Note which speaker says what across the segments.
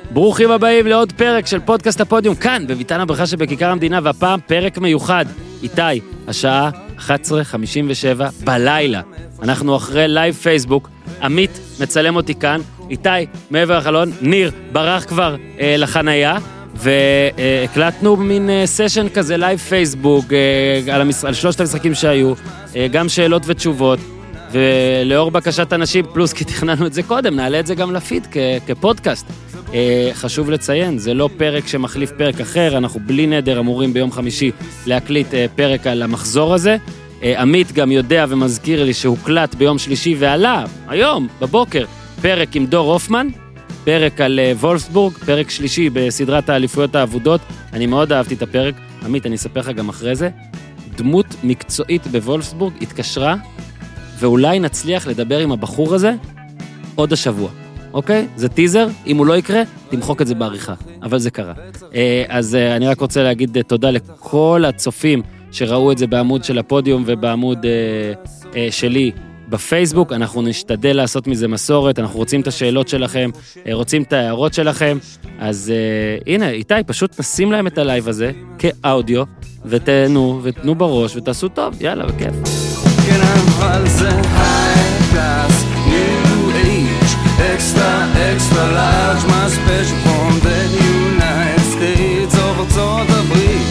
Speaker 1: ברוכים הבאים לעוד פרק של פודקאסט הפודיום, כאן, בביתן הברכה שבכיכר המדינה, והפעם פרק מיוחד. איתי, השעה 11:57 בלילה. אנחנו אחרי לייב פייסבוק, עמית מצלם אותי כאן, איתי מעבר לחלון, ניר ברח כבר לחנייה, והקלטנו מין סשן כזה לייב פייסבוק על שלושת המשחקים שהיו, גם שאלות ותשובות, ולאור בקשת אנשים, פלוס כי תכננו את זה קודם, נעלה את זה גם לפיד כפודקאסט. חשוב לציין, זה לא פרק שמחליף פרק אחר, אנחנו בלי נדר אמורים ביום חמישי להקליט פרק על המחזור הזה. עמית גם יודע ומזכיר לי שהוקלט ביום שלישי ועלה, היום, בבוקר, פרק עם דור הופמן, פרק על וולפסבורג, פרק שלישי בסדרת האליפויות האבודות. אני מאוד אהבתי את הפרק, עמית, אני אספר לך גם אחרי זה. דמות מקצועית בוולפסבורג התקשרה, ואולי נצליח לדבר עם הבחור הזה עוד השבוע. אוקיי? זה טיזר, אם הוא לא יקרה, תמחוק את זה בעריכה, אבל זה קרה. אז אני רק רוצה להגיד תודה לכל הצופים שראו את זה בעמוד של הפודיום ובעמוד שלי בפייסבוק. אנחנו נשתדל לעשות מזה מסורת, אנחנו רוצים את השאלות שלכם, רוצים את ההערות שלכם, אז הנה, איתי, פשוט נשים להם את הלייב הזה כאודיו, ותנו בראש ותעשו טוב, יאללה, בכיף.
Speaker 2: כן, אבל זה high class, new age, extra large, my special from the United States of ארצות הברית.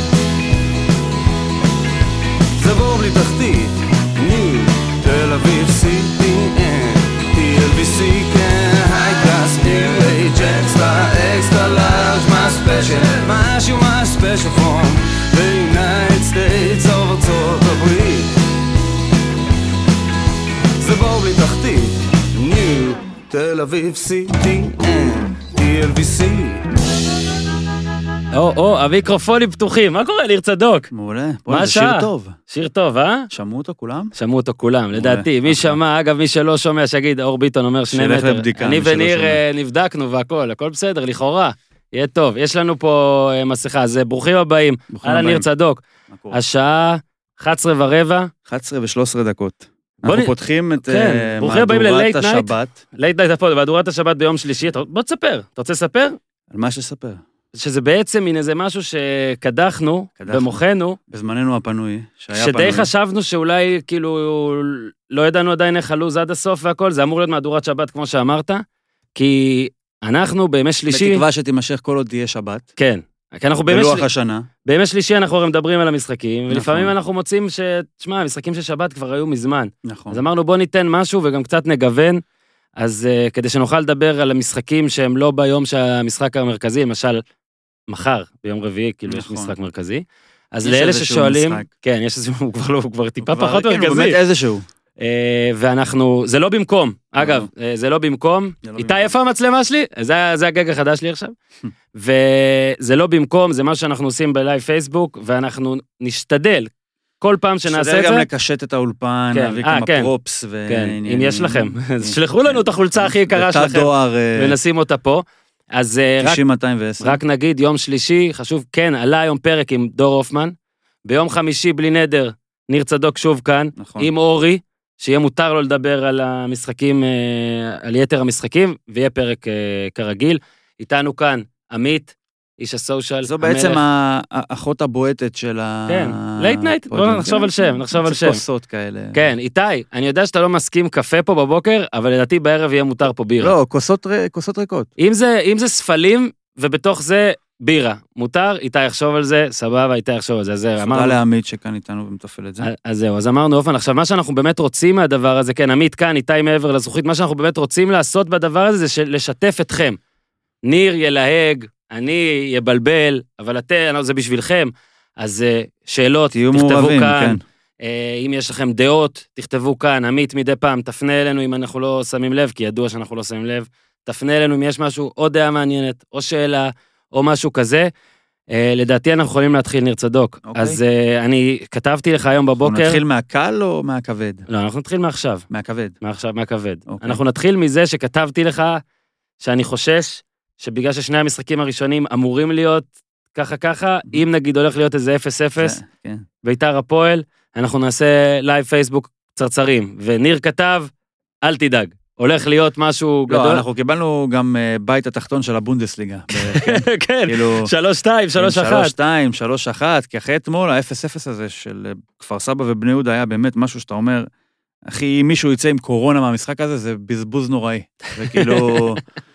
Speaker 2: זה בור בלי תחתית, new, תל אביב, CPN, TLBC, כן, high class, new age, extra large, my special from the United States of ארצות הברית. זה בור בלי תחתית, ניו, תל אביב, CTN, TLBC.
Speaker 1: המיקרופונים פתוחים, מה קורה, ניר צדוק?
Speaker 3: מעולה, זה שיר טוב.
Speaker 1: שיר טוב,
Speaker 3: שמעו אותו כולם?
Speaker 1: שמעו אותו כולם, לדעתי. מי שמע, אגב, מי שלא שומע, שיגיד, אור ביטון אומר 2 מטר. אני וניר נבדקנו והכל, הכל בסדר, לכאורה. יהיה טוב, יש לנו פה מסכה, אז ברוכים הבאים. הלאה, ניר צדוק. השעה 11:15.
Speaker 3: 11:13. אנחנו פותחים את מהדורת השבת.
Speaker 1: לייט נייט הפוד, מהדורת השבת ביום שלישי. בוא תספר, אתה רוצה לספר?
Speaker 3: על מה שספר.
Speaker 1: שזה בעצם מין איזה משהו שקדחנו במוחנו.
Speaker 3: בזמננו הפנוי,
Speaker 1: שדי חשבנו שאולי כאילו לא ידענו עדיין איך הלוז עד הסוף והכל, זה אמור להיות מהדורת שבת כמו שאמרת, כי אנחנו בימי שלישי...
Speaker 3: בתקווה שתימשך כל עוד תהיה שבת.
Speaker 1: כן.
Speaker 3: בלוח השנה.
Speaker 1: בימי שלישי אנחנו מדברים על המשחקים, ולפעמים אנחנו מוצאים שתשמע, המשחקים של שבת כבר היו מזמן.
Speaker 3: נכון.
Speaker 1: אז אמרנו בוא ניתן משהו וגם קצת נגוון, אז כדי שנוכל לדבר על המשחקים שהם לא ביום שהמשחק המרכזי, למשל מחר, ביום רביעי, כאילו יש משחק מרכזי. אז לאלה ששואלים, כן, יש איזשהו, הוא כבר טיפה פחות מרכזי.
Speaker 3: כן, באמת איזשהו.
Speaker 1: ואנחנו, זה לא במקום, אגב, זה לא במקום, איתי, איפה המצלמה שלי? זה הגג החדש לי עכשיו, וזה לא במקום, זה מה שאנחנו עושים בלייב פייסבוק, ואנחנו נשתדל, כל פעם שנעשה את זה.
Speaker 3: נשתדל גם לקשת את האולפן, להביא כמה פרופס,
Speaker 1: אם יש לכם, שלחו לנו את החולצה הכי יקרה שלכם, ונשים אותה פה. אז רק נגיד, יום שלישי, חשוב, כן, עלה היום פרק עם דור הופמן, ביום חמישי בלי נדר, ניר צדוק שוב כאן, עם אורי, שיהיה מותר לו לדבר על המשחקים, על יתר המשחקים, ויהיה פרק כרגיל. איתנו כאן, עמית, איש הסושיאל.
Speaker 3: זו בעצם האחות הבועטת של ה...
Speaker 1: כן, לייט נייט, בואו נחשוב על שם, נחשוב על שם.
Speaker 3: כוסות כאלה.
Speaker 1: כן, איתי, אני יודע שאתה לא מסכים קפה פה בבוקר, אבל לדעתי בערב יהיה מותר פה בירה.
Speaker 3: לא, כוסות ריקות. אם
Speaker 1: זה ספלים, ובתוך זה בירה. מותר, איתי יחשוב על זה, סבבה, איתי יחשוב על זה.
Speaker 3: תודה לעמית שכאן איתנו ומתפעל את זה.
Speaker 1: אז זהו, אז אמרנו, אופן, עכשיו, מה שאנחנו באמת רוצים מהדבר הזה, כן, עמית כאן, איתי מעבר לזכוכית, מה שאנחנו באמת רוצים לעשות בדבר הזה, זה לשתף אתכם. ניר ילהג, אני יבלבל, אבל זה בשבילכם, אז שאלות, תכתבו כאן. אם יש לכם דעות, תכתבו כאן. עמית מדי פעם, תפנה אלינו אם אנחנו לא שמים לב, כי ידוע שאנחנו לא שמים לב. תפנה אלינו אם יש משהו, או דעה מעניינת, או שאלה, או משהו כזה. לדעתי אנחנו יכולים להתחיל, ניר צדוק. אז אני כתבתי לך היום בבוקר...
Speaker 3: אנחנו נתחיל מהקל או מהכבד?
Speaker 1: לא, אנחנו נתחיל מעכשיו.
Speaker 3: מהכבד.
Speaker 1: מהכבד. אנחנו נתחיל מזה שכתבתי לך, שאני חושש, שבגלל ששני המשחקים הראשונים אמורים להיות ככה, אם נגיד הולך להיות איזה 0-0, ביתר הפועל, אנחנו נעשה לייב פייסבוק צרצרים, וניר כתב, אל תדאג. הולך להיות משהו גדול.
Speaker 3: לא, אנחנו קיבלנו גם בית התחתון של הבונדסליגה.
Speaker 1: כן, 3-2, 3-1.
Speaker 3: 3-1, כי אחרי אתמול, ה-0-0 הזה של כפר סבא ובני יהודה היה באמת משהו שאתה אומר, אחי, אם מישהו יצא עם קורונה מהמשחק הזה, זה בזבוז נוראי. זה כאילו,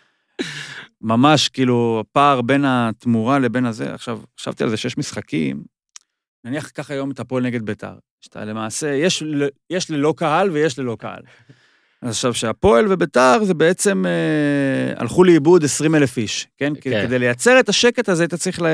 Speaker 3: ממש כאילו, הפער בין התמורה לבין הזה, עכשיו, חשבתי על זה שיש משחקים, נניח ככה היום את הפועל נגד ביתר, שאתה למעשה, יש ללא קהל ויש ללא קהל. אז עכשיו שהפועל וביתר זה בעצם הלכו לאיבוד 20,000 איש, כן? כדי לייצר את השקט הזה, אתה צריך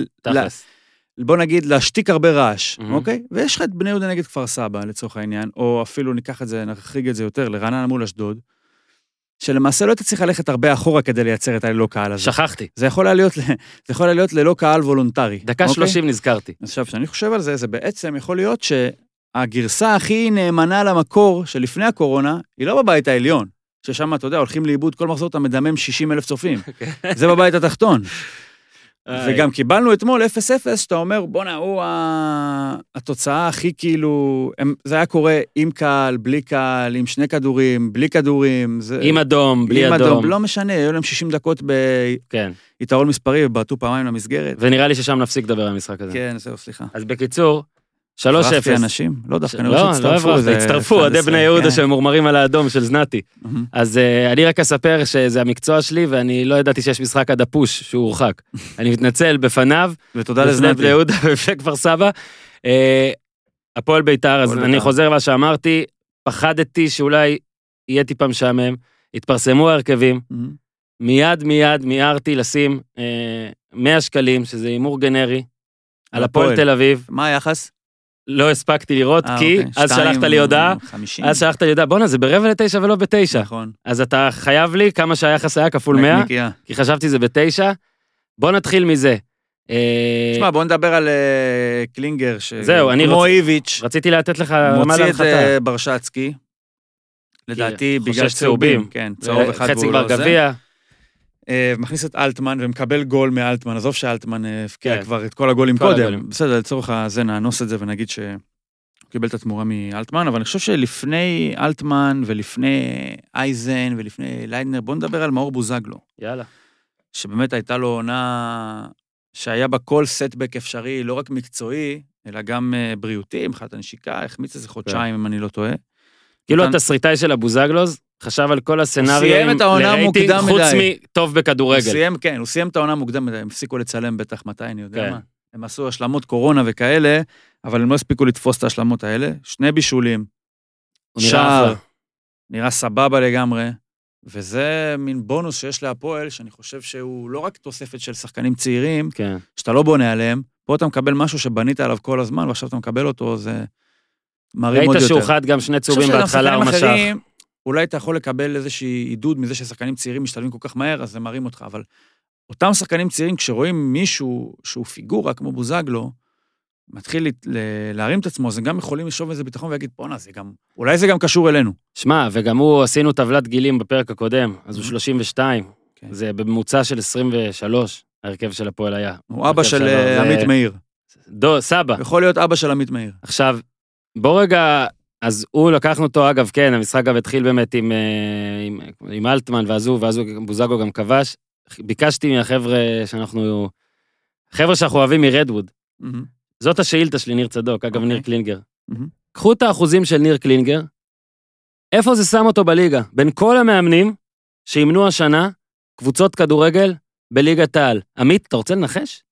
Speaker 3: בוא נגיד, להשתיק הרבה רעש, אוקיי? ויש לך את בני יהודה נגד כפר סבא, לצורך העניין, או אפילו ניקח את זה, נחריג את זה יותר, לרעננה מול אשדוד, שלמעשה לא תצליח ללכת הרבה אחורה כדי לייצר את הלא קהל הזה.
Speaker 1: שכחתי.
Speaker 3: זה יכול להיות ללא קהל וולונטרי.
Speaker 1: דקה 30 נזכרתי.
Speaker 3: עכשיו, כשאני חושב על זה, זה בעצם יכול להיות שהגרסה הכי נאמנה למקור שלפני הקורונה, היא לא בבית העליון, ששם, אתה יודע, הולכים לאיבוד, כל מחזור אתה מדמם 60,000 צופים. זה בבית התחתון. וגם קיבלנו אתמול 0-0, שאתה אומר, בונה, הוא התוצאה הכי כאילו, זה היה קורה עם קהל, בלי קהל, עם 2 כדורים, בלי כדורים.
Speaker 1: עם אדום, בלי אדום.
Speaker 3: לא משנה, היו להם 60 דקות ביתרון מספרי, ובעטו פעמיים למסגרת.
Speaker 1: ונראה לי ששם נפסיק לדבר על המשחק הזה.
Speaker 3: כן, זהו, סליחה.
Speaker 1: אז בקיצור, 3-0.
Speaker 3: הפרחתי אנשים? לא דווקא, אני רואה שהצטרפו.
Speaker 1: לא, הצטרפו, עדי בני יהודה שמורמרים על האדום של זנתי. אז אני רק אספר שזה המקצוע שלי, ואני לא ידעתי שיש משחק עד הפוש שהוא הורחק. אני מתנצל בפניו.
Speaker 3: ותודה לזנתי.
Speaker 1: בני יהודה ובפני כפר סבא. הפועל ביתר, אז אני חוזר מה שאמרתי, פחדתי שאולי יהיה טיפה משעמם, התפרסמו ההרכבים, מיד מיהרתי לשים 100 שקלים, שזה אימור גנרי, על הפועל תל אביב.
Speaker 3: מה היחס?
Speaker 1: לא הספקתי לראות, כי אז שלחת לי הודעה, בונה, זה ב8:45 ולא ב9.
Speaker 3: נכון.
Speaker 1: אז אתה חייב לי כמה שהיחס היה כפול 100, כי חשבתי זה ב9. בוא נתחיל מזה.
Speaker 3: תשמע, בוא נדבר על קלינגר,
Speaker 1: זהו,
Speaker 3: כמו איביץ',
Speaker 1: רציתי לתת לך
Speaker 3: מוציא את ברשצקי, לדעתי בגלל צהובים, כן, צהוב אחד
Speaker 1: חצי כבר גביע.
Speaker 3: מכניס את אלטמן ומקבל גול מאלטמן, עזוב שאלטמן הפקיע כבר את כל הגולים קודם, בסדר, לצורך הזה נאנוס את זה ונגיד שהוא קיבל את התמורה מאלטמן, אבל אני חושב שלפני אלטמן ולפני אייזן ולפני ליידנר, בוא נדבר על מאור בוזגלו.
Speaker 1: יאללה.
Speaker 3: שבאמת הייתה לו עונה שהיה בה כל סטבק אפשרי, לא רק מקצועי, אלא גם בריאותי, מחלת הנשיקה, החמיץ איזה חודשיים אם אני לא טועה.
Speaker 1: כאילו התסריטאי של הבוזגלוס, חשב על כל הסצנריונים לרייטינג, חוץ מטוב בכדורגל.
Speaker 3: הוא סיים את העונה מוקדם מדי, הם הפסיקו לצלם בטח מתי, אני יודע מה. הם עשו השלמות קורונה וכאלה, אבל הם לא הספיקו לתפוס את ההשלמות האלה. 2 בישולים, שער, נראה סבבה לגמרי, וזה מין בונוס שיש להפועל, שאני חושב שהוא לא רק תוספת של שחקנים צעירים, שאתה לא בונה עליהם, פה אתה מקבל משהו שבנית עליו כל הזמן, ועכשיו אתה מקבל אותו, זה מרים עוד יותר.
Speaker 1: ראית שהוא חד גם 2 צהובים בהתחלה או משך.
Speaker 3: אולי אתה יכול לקבל איזושהי עידוד מזה ששחקנים צעירים משתלבים כל כך מהר, אז זה מרים אותך, אבל אותם שחקנים צעירים, כשרואים מישהו שהוא פיגורה כמו בוזגלו, מתחיל להרים את עצמו, אז הם גם יכולים לשאוב איזה ביטחון ויגיד, פונה, אולי זה גם קשור אלינו.
Speaker 1: שמע, וגם הוא עשינו טבלת גילים בפרק הקודם, אז הוא 32, זה בממוצע של 23, ההרכב של הפועל היה.
Speaker 3: הוא אבא של עמית מאיר.
Speaker 1: סבא.
Speaker 3: יכול להיות אבא של עמית מאיר.
Speaker 1: עכשיו, בוא רגע, אז הוא לקחנו אותו, אגב, כן, המשחק גם התחיל באמת עם אלטמן, ואז בוזגלו גם כבש. ביקשתי מהחבר'ה שאנחנו אוהבים מרדווד. זאת השאילתה שלי, ניר צדוק, אגב, ניר קלינגר. קחו את האחוזים של ניר קלינגר, איפה זה שם אותו בליגה? בין כל המאמנים שימנו השנה קבוצות כדורגל בליגת העל. עמית, אתה רוצה לנחש?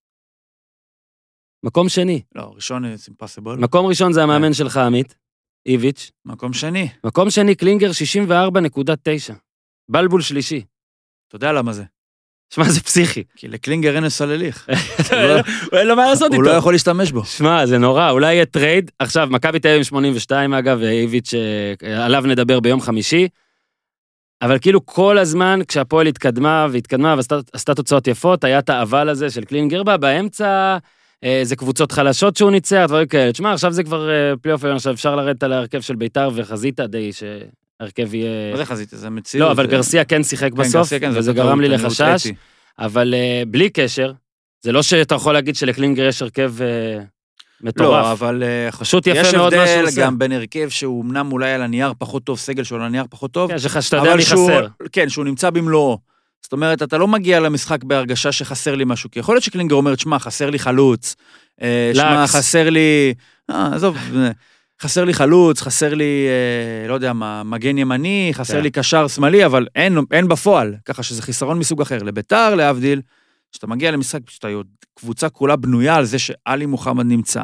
Speaker 1: מקום שני.
Speaker 3: לא, ראשון סימפסיבול.
Speaker 1: מקום ראשון זה המאמן שלך, עמית. איביץ'.
Speaker 3: מקום שני.
Speaker 1: מקום שני, קלינגר 64.9. בלבול שלישי.
Speaker 3: אתה יודע למה זה?
Speaker 1: שמע, זה פסיכי.
Speaker 3: כי לקלינגר אין סלליך.
Speaker 1: אין לו מה לעשות איתו.
Speaker 3: הוא לא יכול להשתמש בו.
Speaker 1: שמע, זה נורא, אולי יהיה טרייד. עכשיו, מכבי תל אביב עם 82, אגב, ואיביץ' עליו נדבר ביום חמישי. אבל כאילו כל הזמן, כשהפועל התקדמה ועשתה תוצאות יפות, היה את האבל הזה של קלינגר בה, באמצע, זה קבוצות חלשות שהוא ניצח, דברים כאלה. תשמע, עכשיו זה כבר פלייאוף, עכשיו אפשר לרדת על ההרכב של ביתר וחזית די שהרכב יהיה...
Speaker 3: מה זה חזית? זה מציאות.
Speaker 1: לא, אבל גרסיה כן שיחק בסוף, וזה גרם לי לחשש, אבל בלי קשר, זה לא שאתה יכול להגיד שלקלינגר יש הרכב מטורף.
Speaker 3: לא, אבל
Speaker 1: פשוט יפה
Speaker 3: יש
Speaker 1: מאוד מה שהוא
Speaker 3: הבדל
Speaker 1: עושה.
Speaker 3: גם בין הרכב שהוא אמנם אולי על הנייר פחות טוב, סגל שלו על הנייר פחות טוב,
Speaker 1: כן, שאתה יודע מי חסר.
Speaker 3: כן, שהוא נמצא במלואו. זאת אומרת, אתה לא מגיע למשחק בהרגשה שחסר לי משהו, כי יכול להיות שקלינגר אומר, שמה, חסר לי חלוץ, שמה, חסר לי, עזוב, חסר לי חלוץ, חסר לי, לא יודע מה, מגן ימני, חסר לי קשר שמאלי, אבל אין בפועל, ככה שזה חיסרון מסוג אחר. לביתר, להבדיל, שאתה מגיע למשחק, שאתה קבוצה כולה בנויה על זה שאלי מוחמד נמצא,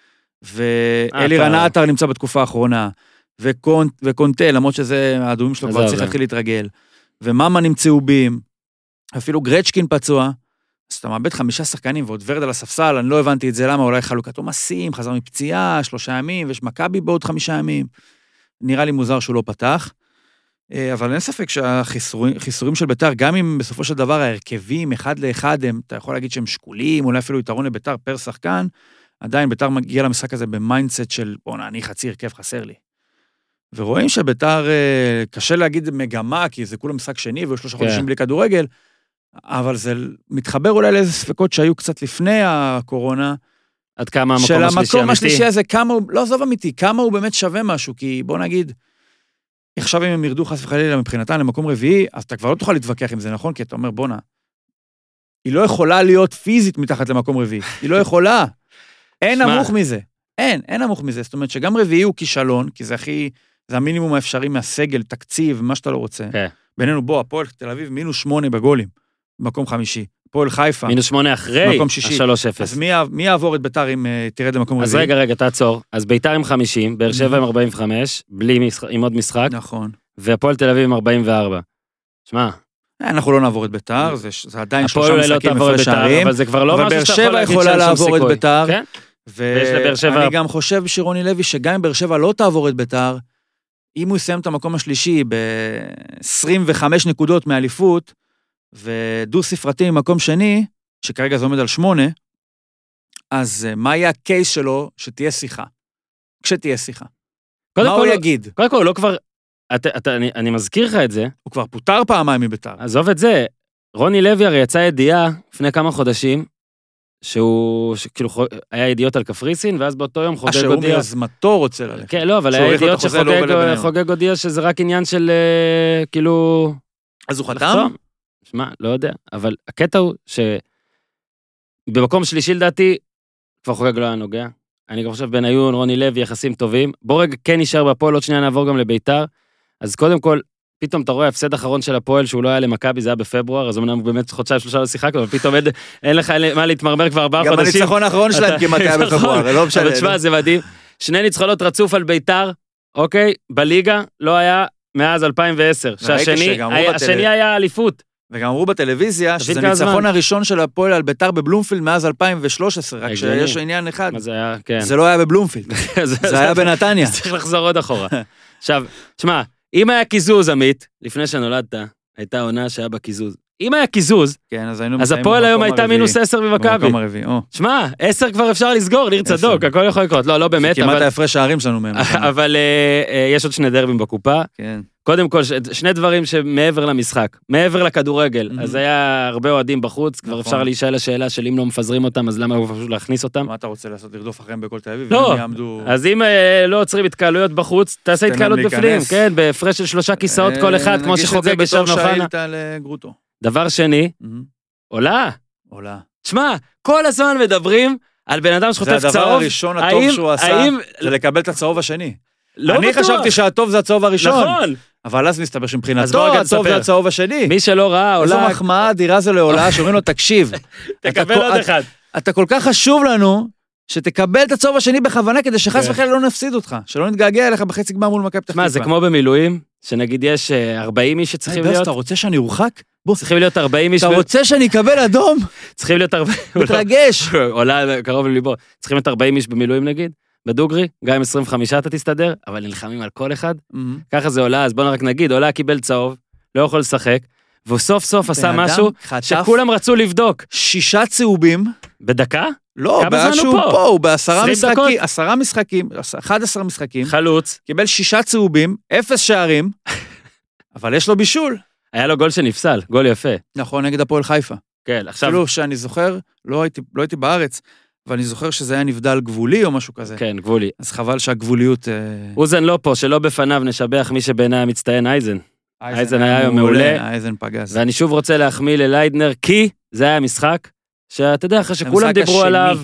Speaker 3: ואלי רנאטר נמצא בתקופה האחרונה, וקונטה, למרות שזה, האדומים שלו כבר צריך להתחיל להתרגל, ומאמה נמצאו בים, אפילו גרצ'קין פצוע, אז אתה מאבד 5 שחקנים, ועוד ורד על הספסל, אני לא הבנתי את זה, למה אולי חלוקת עומסים, חזר מפציעה, 3 ימים, ויש מכבי בעוד 5 ימים, נראה לי מוזר שהוא לא פתח, אבל אין ספק שהחיסורים של ביתר, גם אם בסופו של דבר ההרכבים, 1 ל-1, אתה יכול להגיד שהם שקולים, אולי אפילו יתרון לביתר פר שחקן, עדיין ביתר מגיע למשחק הזה במיינדסט של, בוא, אני חצי הרכב חסר לי. ורואים שביתר, קשה להגיד מגמה, כי זה כולה משחק שני, והיו 3 חודשים בלי כדורגל, אבל זה מתחבר אולי לאיזה ספקות שהיו קצת לפני הקורונה,
Speaker 1: עד כמה המקום השלישי אמיתי?
Speaker 3: של המקום השלישי הזה, כמה הוא, לא עזוב אמיתי, כמה הוא באמת שווה משהו, כי בוא נגיד, עכשיו אם הם ירדו חס וחלילה מבחינתם למקום רביעי, אז אתה כבר לא תוכל להתווכח עם זה, נכון? כי אתה אומר, בונה, היא לא יכולה להיות פיזית מתחת למקום רביעי, היא לא יכולה. אין נמוך מזה. אין נמוך מזה. זאת אומרת שגם רביעי הוא כישלון, כי זה זה המינימום האפשרי מהסגל, תקציב, מה שאתה לא רוצה. בינינו, בוא, הפועל תל אביב, -8 בגולים, במקום 5. הפועל חיפה.
Speaker 1: -8 אחרי ה-3-0.
Speaker 3: אז מי יעבור את ביתר אם תרד למקום רביעי?
Speaker 1: אז רגע, תעצור. אז ביתר עם 50, באר שבע עם 45, עם עוד משחק.
Speaker 3: נכון.
Speaker 1: והפועל תל אביב עם 44. שמע.
Speaker 3: אנחנו לא נעבור את ביתר, זה עדיין 3 משחקים
Speaker 1: הפועל אבל זה כבר לא משהו שאתה יכול להגיד
Speaker 3: יכולה לעבור את ביתר.
Speaker 1: כן?
Speaker 3: ואני גם חושב שרוני לוי, שגם אם באר שבע לא תעבור את ביתר, אם הוא יסיים את המקום השלישי ב-25 נקודות מאליפות, ודו ספרתי ממקום שני, שכרגע זה עומד על 8, אז מה יהיה הקייס שלו שתהיה שיחה? כשתהיה שיחה. מה הוא יגיד?
Speaker 1: קודם כל, לא כבר, אני מזכיר לך את זה.
Speaker 3: הוא כבר פוטר פעמיים מביתר.
Speaker 1: עזוב את זה, רוני לוי הרי יצא ידיעה לפני כמה חודשים, שהוא כאילו היה ידיעות על קפריסין, ואז באותו יום חוגג הודיע...
Speaker 3: שהוא מיוזמתו רוצה ללכת.
Speaker 1: כן, לא, אבל היה ידיעות שחוגג הודיע שזה רק עניין של כאילו...
Speaker 3: אז הוא חתם?
Speaker 1: שמע, לא יודע, אבל הקטע הוא שבמקום שלישי לדעתי, כבר חוגג לא היה נוגע. אני גם חושב בניון, רוני לוי, יחסים טובים. בוא רגע כן נשאר בהפועל, עוד שנייה נעבור גם לביתר. אז קודם כל, פתאום אתה רואה הפסד אחרון של הפועל, שהוא לא היה למכבי, זה היה בפברואר, אז אמנם באמת 2-3 לא שיחקנו, אבל פתאום אין לך מה להתמרמר כבר 4 חודשים.
Speaker 3: גם הניצחון האחרון שלהם כמעט היה בפברואר, לא משנה.
Speaker 1: אבל תשמע, זה מדהים. 2 ניצחונות רצוף על ביתר, אוקיי, בליגה לא היה מאז 2010, שהשני היה אליפות.
Speaker 3: וגם אמרו בטלוויזיה שזה ניצחון הראשון של הפועל על ביתר בבלומפילד מאז 2013, רק שיש עניין אחד. זה לא היה בבלומפילד, זה היה בנתניה.
Speaker 1: צריך לחזור עוד אחורה. עכשיו, תשמע, אם היה קיזוז, עמית, לפני שנולדת, הייתה עונה שהיה בה קיזוז. אם היה קיזוז, אז הפועל היום הייתה -10 במכבי. שמע, 10 כבר אפשר לסגור, ניר צדוק, הכל יכול לקרות. לא באמת,
Speaker 3: כמעט ההפרש הערים שלנו מהם.
Speaker 1: אבל יש עוד 2 דרבים בקופה. קודם כל, 2 דברים שמעבר למשחק, מעבר לכדורגל, אז היה הרבה אוהדים בחוץ, כבר אפשר להישאל השאלה של אם לא מפזרים אותם, אז למה הוא פשוט להכניס אותם?
Speaker 3: מה אתה רוצה לעשות, לרדוף אחריהם בכל תל אביב?
Speaker 1: לא, אז אם לא עוצרים התקהלויות בחוץ, תעשה התקהלות בפנים, כן, בהפרש של 3 כיסאות כל אחד, כמו שחוגג בשם נוחנה. דבר שני, עולה. תשמע, כל הזמן מדברים על בן אדם שחוטף צהוב.
Speaker 3: זה הדבר הראשון הטוב שהוא עשה, זה לקבל את הצהוב השני. אני חשבתי שהטוב זה הצהוב הראשון. נכון. אבל אז מסתבר שמבחינתו הצהוב זה הצהוב השני.
Speaker 1: מי שלא ראה, עולה...
Speaker 3: איזו מחמאה אדירה זה לעולה, שאומרים לו, תקשיב.
Speaker 1: תקבל עוד אחד.
Speaker 3: אתה כל כך חשוב לנו, שתקבל את הצהוב השני בכוונה, כדי שחס וחלילה לא נפסיד אותך, שלא נתגעגע אליך בחצי גמר מול מכבי פתח תקווה.
Speaker 1: מה, זה כמו במילואים, שנגיד יש 40 איש שצריכים להיות...
Speaker 3: אתה רוצה שאני אורחק?
Speaker 1: צריכים להיות 40 איש...
Speaker 3: אתה רוצה שאני אקבל אדום?
Speaker 1: צריכים להיות 40...
Speaker 3: מתרגש.
Speaker 1: עולה קרוב לליבו. צריכים להיות 40 איש במילואים נגיד, בדוגרי, גם עם 25 אתה תסתדר, אבל נלחמים על כל אחד. ככה זה עולה, אז בוא רק נגיד, עולה קיבל צהוב, לא יכול לשחק, והוא סוף סוף עשה משהו שכולם רצו לבדוק.
Speaker 3: 6 צהובים.
Speaker 1: בדקה?
Speaker 3: לא, בעד שהוא פה, הוא ב10 משחקים, 11 משחקים.
Speaker 1: חלוץ.
Speaker 3: קיבל 6 צהובים, 0 שערים, אבל יש לו בישול.
Speaker 1: היה לו גול שנפסל, גול יפה.
Speaker 3: נכון, נגד הפועל חיפה.
Speaker 1: כן, עכשיו...
Speaker 3: אפילו שאני זוכר, לא הייתי בארץ, ואני זוכר שזה היה נבדל גבולי או משהו כזה.
Speaker 1: כן, גבולי.
Speaker 3: אז חבל שהגבוליות...
Speaker 1: אוזן לא פה, שלא בפניו נשבח מי שבעיניי מצטיין אייזן. אייזן היה היום מעולה.
Speaker 3: אייזן פגז.
Speaker 1: ואני שוב רוצה להחמיא לליידנר, כי זה היה משחק, שאתה יודע, אחרי שכולם דיברו עליו,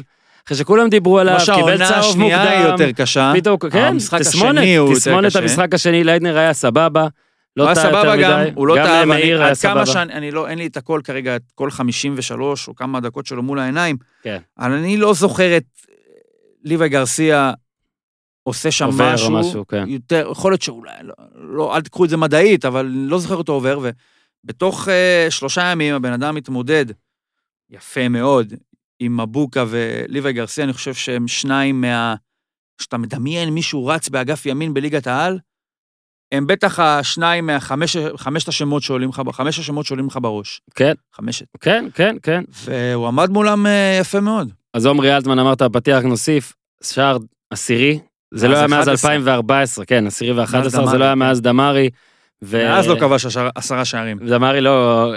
Speaker 1: קיבל צהוב מוקדם.
Speaker 3: השנייה היא יותר קשה.
Speaker 1: פתאום, כן, תסמונת המשחק השני, ליידנר היה סבבה.
Speaker 3: הוא היה סבבה גם, הוא לא טעה,
Speaker 1: עד כמה
Speaker 3: אין לי את הכל כרגע, את כל 53 או כמה דקות שלו מול העיניים,
Speaker 1: כן.
Speaker 3: אבל אני לא זוכר את ליווי גרסיה עושה שם משהו,
Speaker 1: כן.
Speaker 3: יותר, יכול להיות שאולי, לא, אל תקחו את זה מדעית, אבל לא זוכר אותו עובר, ובתוך 3 ימים הבן אדם מתמודד, יפה מאוד, עם מבוקה וליווי גרסיה, אני חושב שהם 2 שאתה מדמיין מישהו רץ באגף ימין בליגת העל, הם בטח 2 5 השמות שעולים לך, 5 השמות שעולים לך בראש.
Speaker 1: כן.
Speaker 3: 5.
Speaker 1: כן.
Speaker 3: והוא עמד מולם יפה מאוד.
Speaker 1: אז עומרי אלטמן אמרת, בפתיח נוסיף, שער 10, זה לא היה מאז 2014, כן, 10 ו-11, זה לא היה מאז דמרי.
Speaker 3: מאז לא כבש 10 שערים.
Speaker 1: דמרי לא,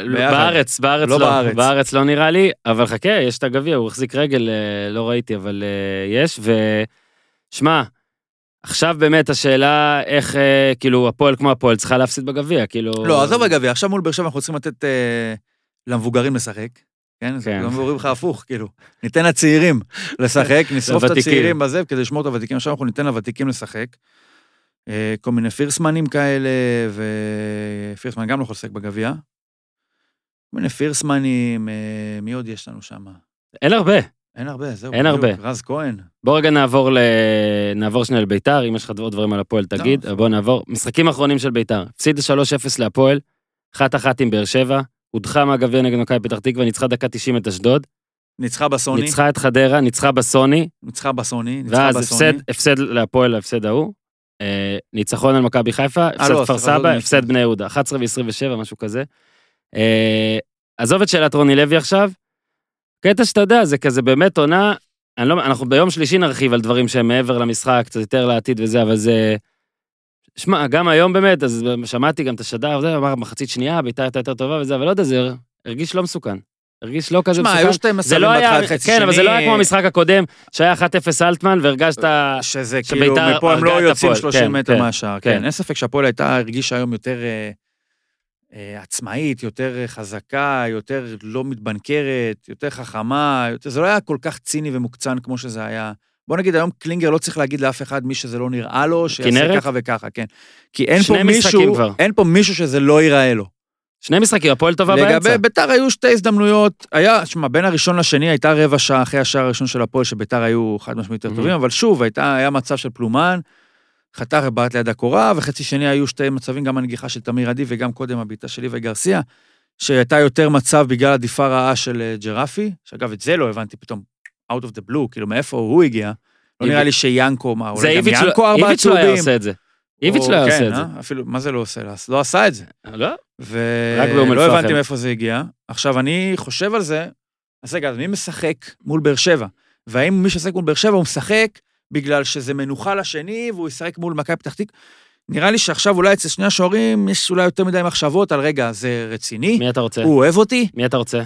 Speaker 1: בארץ לא נראה לי, אבל חכה, יש את הגביע, הוא החזיק רגל, לא ראיתי, אבל יש, ושמע, עכשיו באמת השאלה איך, כאילו, הפועל כמו הפועל צריכה להפסיד בגביע, כאילו...
Speaker 3: לא, עזוב הגביע, עכשיו מול באר שבע אנחנו צריכים לתת למבוגרים לשחק, כן? זה לא מבוגרים לך הפוך, כאילו. ניתן לצעירים לשחק, נשרוף את הצעירים בזה, כדי לשמור את הוותיקים, עכשיו אנחנו ניתן לוותיקים לשחק, כל מיני פירסמנים כאלה, ופירסמן גם לא יכול לשחק בגביע, כל מיני פירסמנים, מי עוד יש לנו שם?
Speaker 1: אין הרבה.
Speaker 3: אין הרבה, זהו.
Speaker 1: אין הרבה.
Speaker 3: רז כהן.
Speaker 1: בוא רגע נעבור שנייה לביתר, אם יש לך עוד דברים על הפועל, תגיד. בוא נעבור. משחקים האחרונים של ביתר. הפסיד 3-0 להפועל, 1-1 עם באר שבע, הודחה מהגביע נגד מכבי פתח תקווה, ניצחה דקה 90 את אשדוד.
Speaker 3: ניצחה בסוני.
Speaker 1: ניצחה את חדרה, ניצחה בסוני. ואז הפסד להפועל, הפסד ההוא. ניצחון על מכבי חיפה, הפסד כפר סבא, הפסד בני יהודה. 11 ו-27, משהו כזה. עזוב את שאלת רוני לוי עכשיו. קטע שאתה יודע, זה כזה באמת עונה, אנחנו ביום שלישי נרחיב על דברים שהם מעבר למשחק, קצת יותר לעתיד וזה, אבל זה, שמע, גם היום באמת, אז שמעתי גם את השדר, וזה אמר, מחצית שנייה, ביתר הייתה יותר טובה וזה, אבל לא יודע, זה הרגיש לא מסוכן. הרגיש לא כזה מסוכן.
Speaker 3: שמע, היו 2 מסרים בהתחלה חצי שני.
Speaker 1: כן, אבל זה לא היה כמו המשחק הקודם, שהיה 1-0 אלטמן, והרגשת
Speaker 3: שזה כאילו, מפה הם לא יוצאים 30 מטר מהשאר. כן, אין ספק שהפועל הייתה, הרגישה היום יותר עצמאית, יותר חזקה, יותר לא מתבנקרת, יותר חכמה, זה לא היה כל כך ציני ומוקצן כמו שזה היה. בוא נגיד, היום קלינגר לא צריך להגיד לאף אחד מי שזה לא נראה לו, שיעשה ככה וככה, כן. כי אין פה מישהו שזה לא ייראה לו.
Speaker 1: 2 משחקים, הפועל טובה באמצע.
Speaker 3: לגבי ביתר היו 2 הזדמנויות, שמה, בין הראשון לשני הייתה רבע שעה אחרי השער הראשון של הפועל, שביתר היו חד משמעית יותר טובים, אבל שוב, היה מצב של פלומן, חתך בעט ליד הקורה, וחצי שני היו 2 מצבים, גם הנגיחה של תמיר עדי, וגם קודם הביטה שלי וגרסיה, שהייתה יותר מצב בגלל עדיפה רעה של ג'רפי, שאגב, את זה לא הבנתי פתאום, out of the blue, כאילו מאיפה הוא הגיע, לא נראה לי שיאנקו, מה, אולי גם יאנקו 4
Speaker 1: איביץ' לא היה עושה את זה. איביץ' לא היה עושה את זה.
Speaker 3: אפילו, מה זה לא עושה? לא עשה את זה.
Speaker 1: לא?
Speaker 3: ולא הבנתי מאיפה זה הגיע. עכשיו, אני חושב על זה, אז רגע, מי משחק מול באר שבע? והאם מי ששחק מול באר שבע הוא משחק בגלל שזה מנוחה לשני, והוא ישחק מול מכבי פתח תקווה? נראה לי שעכשיו אולי אצל שני השוערים יש אולי יותר מדי מחשבות על רגע, זה רציני?
Speaker 1: מי אתה רוצה?
Speaker 3: הוא אוהב אותי?
Speaker 1: מי אתה רוצה?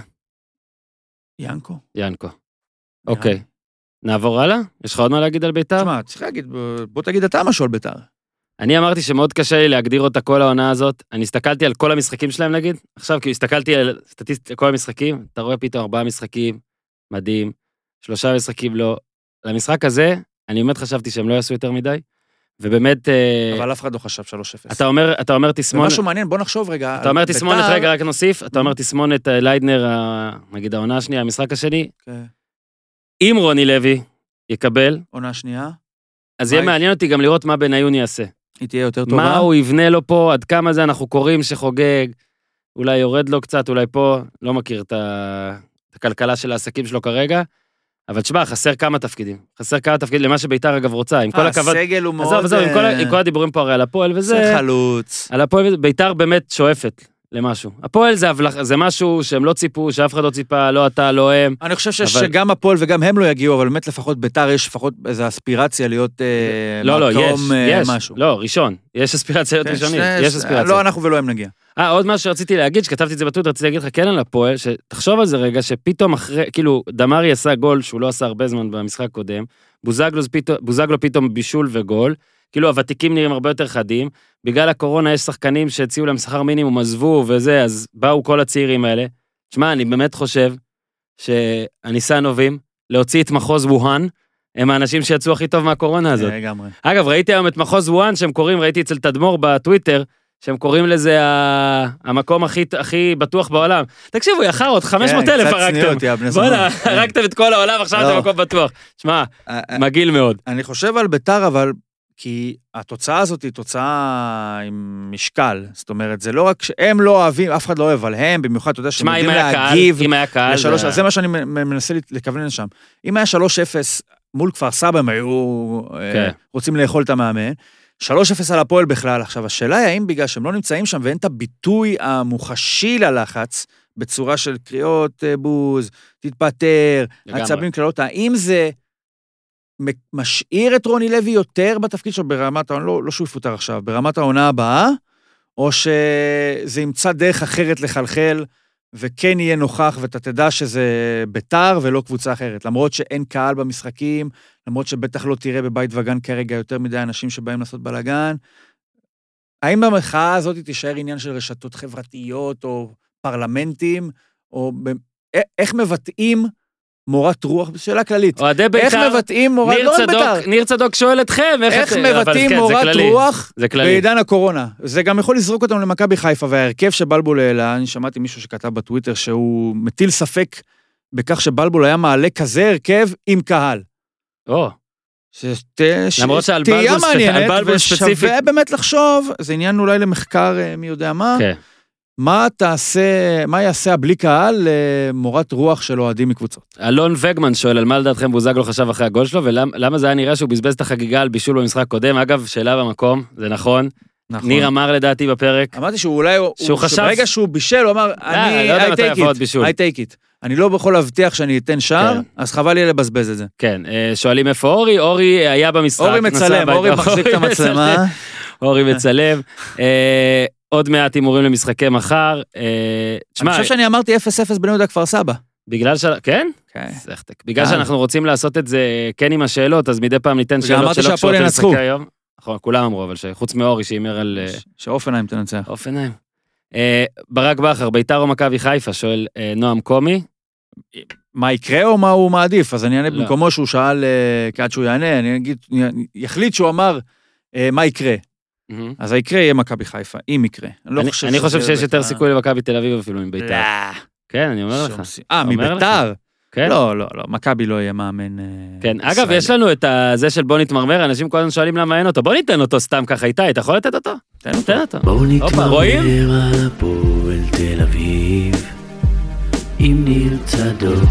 Speaker 3: יאנקו.
Speaker 1: אוקיי. נעבור הלאה? יש לך עוד מה להגיד על ביתר?
Speaker 3: תשמע, צריך להגיד, בוא תגיד אתה משהו על ביתר.
Speaker 1: אני אמרתי שמאוד קשה לי להגדיר אותה כל העונה הזאת. אני הסתכלתי על כל המשחקים שלהם, נגיד. עכשיו, כי הסתכלתי על סטטיסטיקה, כל המשחקים, אתה רואה פתאום 4 משחקים, מדהים, 3 משחקים לא. למשחק הזה, אני באמת חשבתי שהם לא יעשו יותר מדי, ובאמת...
Speaker 3: אבל אף אחד לא חשב 3-0.
Speaker 1: אתה אומר תסמונת...
Speaker 3: משהו מעניין, בוא נחשוב רגע.
Speaker 1: אתה אומר תסמונת, רגע, רק נוסיף, אתה אומר תסמונת ליידנר, נגיד העונה השנייה, המשחק השני. אם רוני לוי יקבל...
Speaker 3: עונה שנייה.
Speaker 1: אז יהיה מעניין אותי גם לראות מה בניון יעשה.
Speaker 3: היא תהיה יותר טובה.
Speaker 1: מה הוא יבנה לו פה, עד כמה זה אנחנו קוראים שחוגג, אולי יורד לו קצת, אולי פה, לא מכיר את הכלכלה של העסקים שלו כרגע, אבל תשמע, חסר כמה תפקידים למה שביתר אגב רוצה, עם כל הכבוד.
Speaker 3: הסגל הוא מאוד...
Speaker 1: עם כל הדיבורים פה הרי על הפועל וזה...
Speaker 3: זה חלוץ.
Speaker 1: על הפועל וזה, ביתר באמת שואפת למשהו. הפועל זה משהו שהם לא ציפו, שאף אחד לא ציפה, לא אתה, לא הם.
Speaker 3: אני חושב שגם הפועל וגם הם לא יגיעו, אבל באמת לפחות ביתר יש לפחות איזו אספירציה להיות מקום משהו.
Speaker 1: לא, ראשון. יש אספירציה להיות ראשונים. יש אספירציה.
Speaker 3: לא אנחנו ולא הם נגיע.
Speaker 1: עוד משהו שרציתי להגיד, שכתבתי את זה בטוויטר, רציתי להגיד לך כן על הפועל, שתחשוב על זה רגע, שפתאום אחרי, כאילו, דמרי עשה גול, שהוא לא עשה הרבה זמן במשחק הקודם, בוזגלו פתאום בישול וגול, כאילו הוותיקים נראים הרבה יותר חדים, בגלל הקורונה יש שחקנים שהציעו להם שכר מינימום, עזבו וזה, אז באו כל הצעירים האלה. תשמע, אני באמת חושב שהניסנובים, להוציא את מחוז ווהאן, הם האנשים שיצאו הכי טוב מהקורונה הזאת.
Speaker 3: לגמרי.
Speaker 1: אגב, ראיתי היום את מחוז ווהאן, שהם קוראים, ראיתי אצל תדמור בטוויטר, שהם קוראים לזה המקום הכי בטוח בעולם. תקשיבו, יחרות, 500,000 הרגתם. בוא'נה, הרגתם את כל העולם, עכשיו אתם מקום בטוח. שמע, מגעיל מאוד.
Speaker 3: אני חושב על ביתר, אבל כי התוצאה הזאת היא תוצאה עם משקל. זאת אומרת, זה לא רק שהם לא אוהבים, אף אחד לא אוהב, אבל הם, במיוחד, אתה יודע, שהם יודעים להגיב.
Speaker 1: אם היה קהל.
Speaker 3: זה מה שאני מנסה לכוון לשם. אם היה 3-0 מול כפר סבא, הם היו רוצים לאכול את המאמן. 3-0 על הפועל בכלל. עכשיו, השאלה היא האם בגלל שהם לא נמצאים שם, ואין את הביטוי המוחשי ללחץ, בצורה של קריאות בוז, תתפטר, עצבים כללות, האם זה משאיר את רוני לוי יותר בתפקיד שלו ברמת, לא שהוא יפוטר עכשיו, ברמת העונה הבאה, או שזה ימצא דרך אחרת לחלחל, וכן יהיה נוכח, ואתה תדע שזה ביתר ולא קבוצה אחרת, למרות שאין קהל במשחקים, למרות שבטח לא תראה בבית וגן כרגע יותר מדי אנשים שבאים לעשות בלגן. האם במחאה הזאת תישאר עניין של רשתות חברתיות או פרלמנטים, או איך מבטאים מורת רוח, שאלה כללית. איך מבטאים מורת, לא ביתר.
Speaker 1: ניר צדוק שואל אתכם,
Speaker 3: איך מבטאים מורת רוח בעידן הקורונה. זה גם יכול לזרוק אותנו למכבי חיפה, וההרכב שבלבול העלה, אני שמעתי מישהו שכתב בטוויטר, שהוא מטיל ספק בכך שבלבול היה מעלה כזה הרכב עם קהל.
Speaker 1: למרות שעל בלבול ספציפית.
Speaker 3: ושווה באמת לחשוב, זה עניין אולי למחקר מי יודע מה, מה יעשה הבלי קהל למורת רוח של אוהדים מקבוצות?
Speaker 1: אלון וגמן שואל על מה לדעתכם בוזגלו חשב אחרי הגול שלו, ולמה זה היה נראה שהוא בזבז את החגיגה על בישול במשחק קודם, אגב, שאלה במקום, זה נכון. ניר אמר לדעתי בפרק.
Speaker 3: אמרתי שהוא אולי, ברגע שהוא בישל, הוא אמר, I take it. אני לא יכול להבטיח שאני אתן שער, אז חבל לי לבזבז את זה.
Speaker 1: כן, שואלים איפה אורי, אורי היה במשחק.
Speaker 3: אורי מצלם, אורי מחזיק את המצלמה.
Speaker 1: אורי מצלם. עוד מעט הימורים למשחקי מחר.
Speaker 3: אני חושב שאני אמרתי 0-0 בני יהודה כפר סבא.
Speaker 1: בגלל כן? בגלל שאנחנו רוצים לעשות את זה כן עם השאלות, אז מדי פעם ניתן שאלות שלא קשורות למשחקי היום. נכון, כולם אמרו, אבל חוץ מאורי שאימר על...
Speaker 3: שאופנהיים תנצח.
Speaker 1: אופנהיים. ברק בכר, ביתר או מכבי חיפה, שואל נועם קומי.
Speaker 3: מה יקרה או מה הוא מעדיף? אז אני אענה במקומו שהוא שאל, כעד שהוא יענה, אני אגיד, יחליט שהוא אמר מה יקרה. אז היקרה יהיה מכבי חיפה, אם יקרה.
Speaker 1: אני חושב שיש יותר סיכוי למכבי תל אביב אפילו עם ביתר. כן, אני אומר לך.
Speaker 3: מביתר? לא, לא, לא, מכבי לא יהיה מאמן.
Speaker 1: כן, אגב, יש לנו את זה של בוא נתמרמר, אנשים כל הזמן שואלים למה אין אותו, בוא ניתן אותו סתם ככה איתי, אתה יכול לתת אותו? תן אותו.
Speaker 2: בואו נתמרמר על הפועל תל אביב, עם ניר צדוק.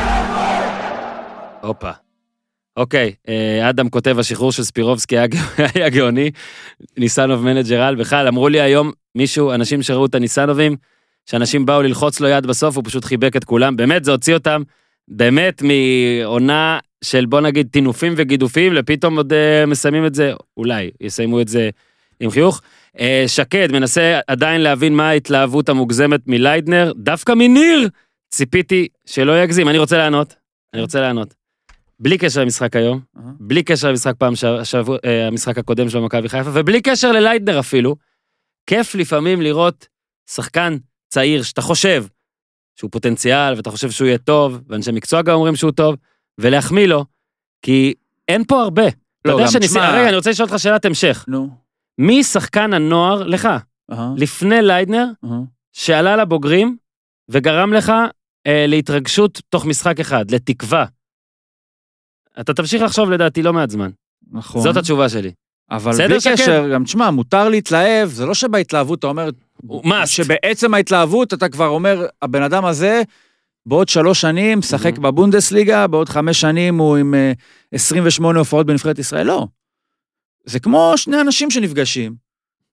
Speaker 1: הופה. אוקיי, אדם כותב, השחרור של ספירובסקי היה גאוני, ניסנוב מנג'ר על, בכלל, אמרו לי היום מישהו, אנשים שראו את הניסנובים, שאנשים באו ללחוץ לו יד בסוף, הוא פשוט חיבק את כולם, באמת זה הוציא אותם, באמת מעונה של בוא נגיד טינופים וגידופים, לפתאום עוד מסיימים את זה, אולי יסיימו את זה עם חיוך. שקד מנסה עדיין להבין מה ההתלהבות המוגזמת מליידנר, דווקא מניר, ציפיתי שלא יגזים, אני רוצה לענות. בלי קשר למשחק היום, בלי קשר למשחק פעם המשחק הקודם של מכבי חיפה, ובלי קשר לליידנר אפילו, כיף לפעמים לראות שחקן צעיר שאתה חושב שהוא פוטנציאל, ואתה חושב שהוא יהיה טוב, ואנשי מקצוע גם אומרים שהוא טוב, ולהחמיא לו, כי אין פה הרבה. אתה יודע רגע, אני רוצה לשאול אותך שאלת המשך. מי שחקן הנוער לך, לפני ליידנר, שעלה לבוגרים, וגרם לך להתרגשות תוך משחק אחד, לתקווה. אתה תמשיך לחשוב לדעתי לא מעט זמן.
Speaker 3: נכון.
Speaker 1: זאת התשובה שלי.
Speaker 3: אבל בלי קשר, גם תשמע, מותר להתלהב, זה לא שבהתלהבות אתה אומר, שבעצם ההתלהבות אתה כבר אומר, הבן אדם הזה, בעוד 3 שנים, שחק בבונדסליגה, בעוד 5 שנים הוא עם 28 הופעות בנבחרת ישראל, לא. זה כמו 2 אנשים שנפגשים,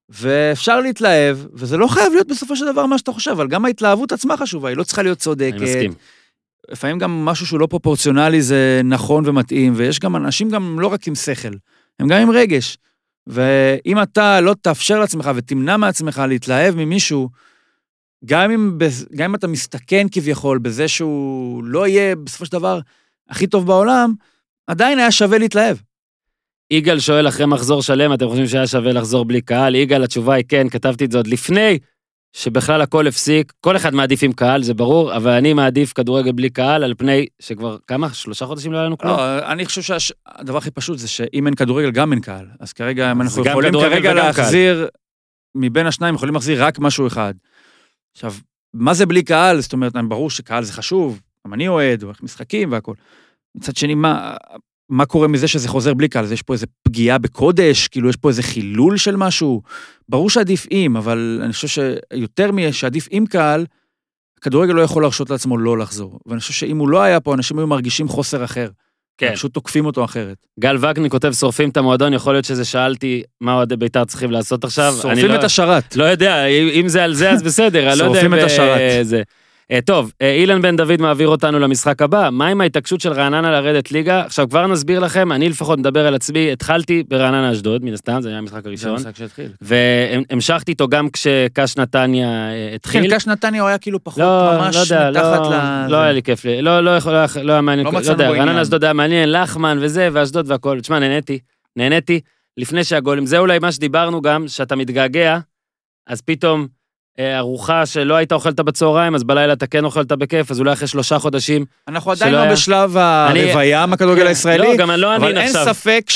Speaker 3: ואפשר להתלהב, וזה לא חייב להיות בסופו של דבר מה שאתה חושב, אבל גם ההתלהבות עצמה חשובה, היא לא צריכה להיות צודקת.
Speaker 1: אני מסכים.
Speaker 3: לפעמים גם משהו שהוא לא פרופורציונלי זה נכון ומתאים, ויש גם אנשים גם לא רק עם שכל, הם גם עם רגש. ואם אתה לא תאפשר לעצמך ותמנע מעצמך להתלהב ממישהו, גם אם אתה מסתכן כביכול בזה שהוא לא יהיה בסופו של דבר הכי טוב בעולם, עדיין היה שווה להתלהב.
Speaker 1: יגאל שואל אחרי מחזור שלם, אתם חושבים שהיה שווה לחזור בלי קהל? יגאל, התשובה היא כן, כתבתי את זה עוד לפני, שבכלל הכל הפסיק, כל אחד מעדיף עם קהל, זה ברור, אבל אני מעדיף כדורגל בלי קהל, על פני שכבר כמה? 3 חודשים לא היה לנו כלום?
Speaker 3: לא, אני חושב שהדבר הכי פשוט זה שאם אין כדורגל, גם אין קהל. אז כרגע, אנחנו יכולים כרגע להחזיר, מבין השניים יכולים להחזיר רק משהו אחד. עכשיו, מה זה בלי קהל? זאת אומרת, ברור שקהל זה חשוב, גם אני אוהד, או משחקים והכל. מצד שני, מה קורה מזה שזה חוזר בלי קהל? יש פה איזה פגיעה בקודש, כאילו יש פה איזה חילול של משהו. ברור שעדיף עם, אבל אני חושב שיותר שעדיף עם קהל, הכדורגל לא יכול להרשות לעצמו לא לחזור. ואני חושב שאם הוא לא היה פה, אנשים היו מרגישים חוסר אחר. כן. פשוט תוקפים אותו אחרת.
Speaker 1: גל וגני כותב, שורפים את המועדון, יכול להיות שזה שאלתי מה אוהדי בית"ר צריכים לעשות עכשיו.
Speaker 3: שורפים את השרת.
Speaker 1: לא יודע, אם זה על זה, אז בסדר.
Speaker 3: שורפים את השרת.
Speaker 1: טוב, אילן בן דוד מעביר אותנו למשחק הבא, מה עם ההתעקשות של רעננה לרדת ליגה? עכשיו כבר נסביר לכם, אני לפחות מדבר על עצמי, התחלתי ברעננה אשדוד, מן הסתם, זה היה המשחק הראשון, והמשכתי איתו גם כשקש נתניה התחיל.
Speaker 3: כן, קש נתניה הוא היה כאילו פחות ממש מתחת ל...
Speaker 1: לא היה לי כיף לי, לא היה מעניין, לא יודע, רעננה אשדוד היה מעניין, לחמן וזה, ואשדוד והכל, תשמע, נהניתי, לפני שהגולים, זה אולי מה שדיברנו גם, שאתה מתגעגע, אז פתאום ארוחה שלא היית אוכלת בצהריים, אז בלילה אתה כן אוכלת בכיף, אז אולי אחרי 3 חודשים.
Speaker 3: אנחנו עדיין לא בשלב הרוויה מהכדורגל הישראלי,
Speaker 1: לא, גם לא
Speaker 3: אבל אין ספק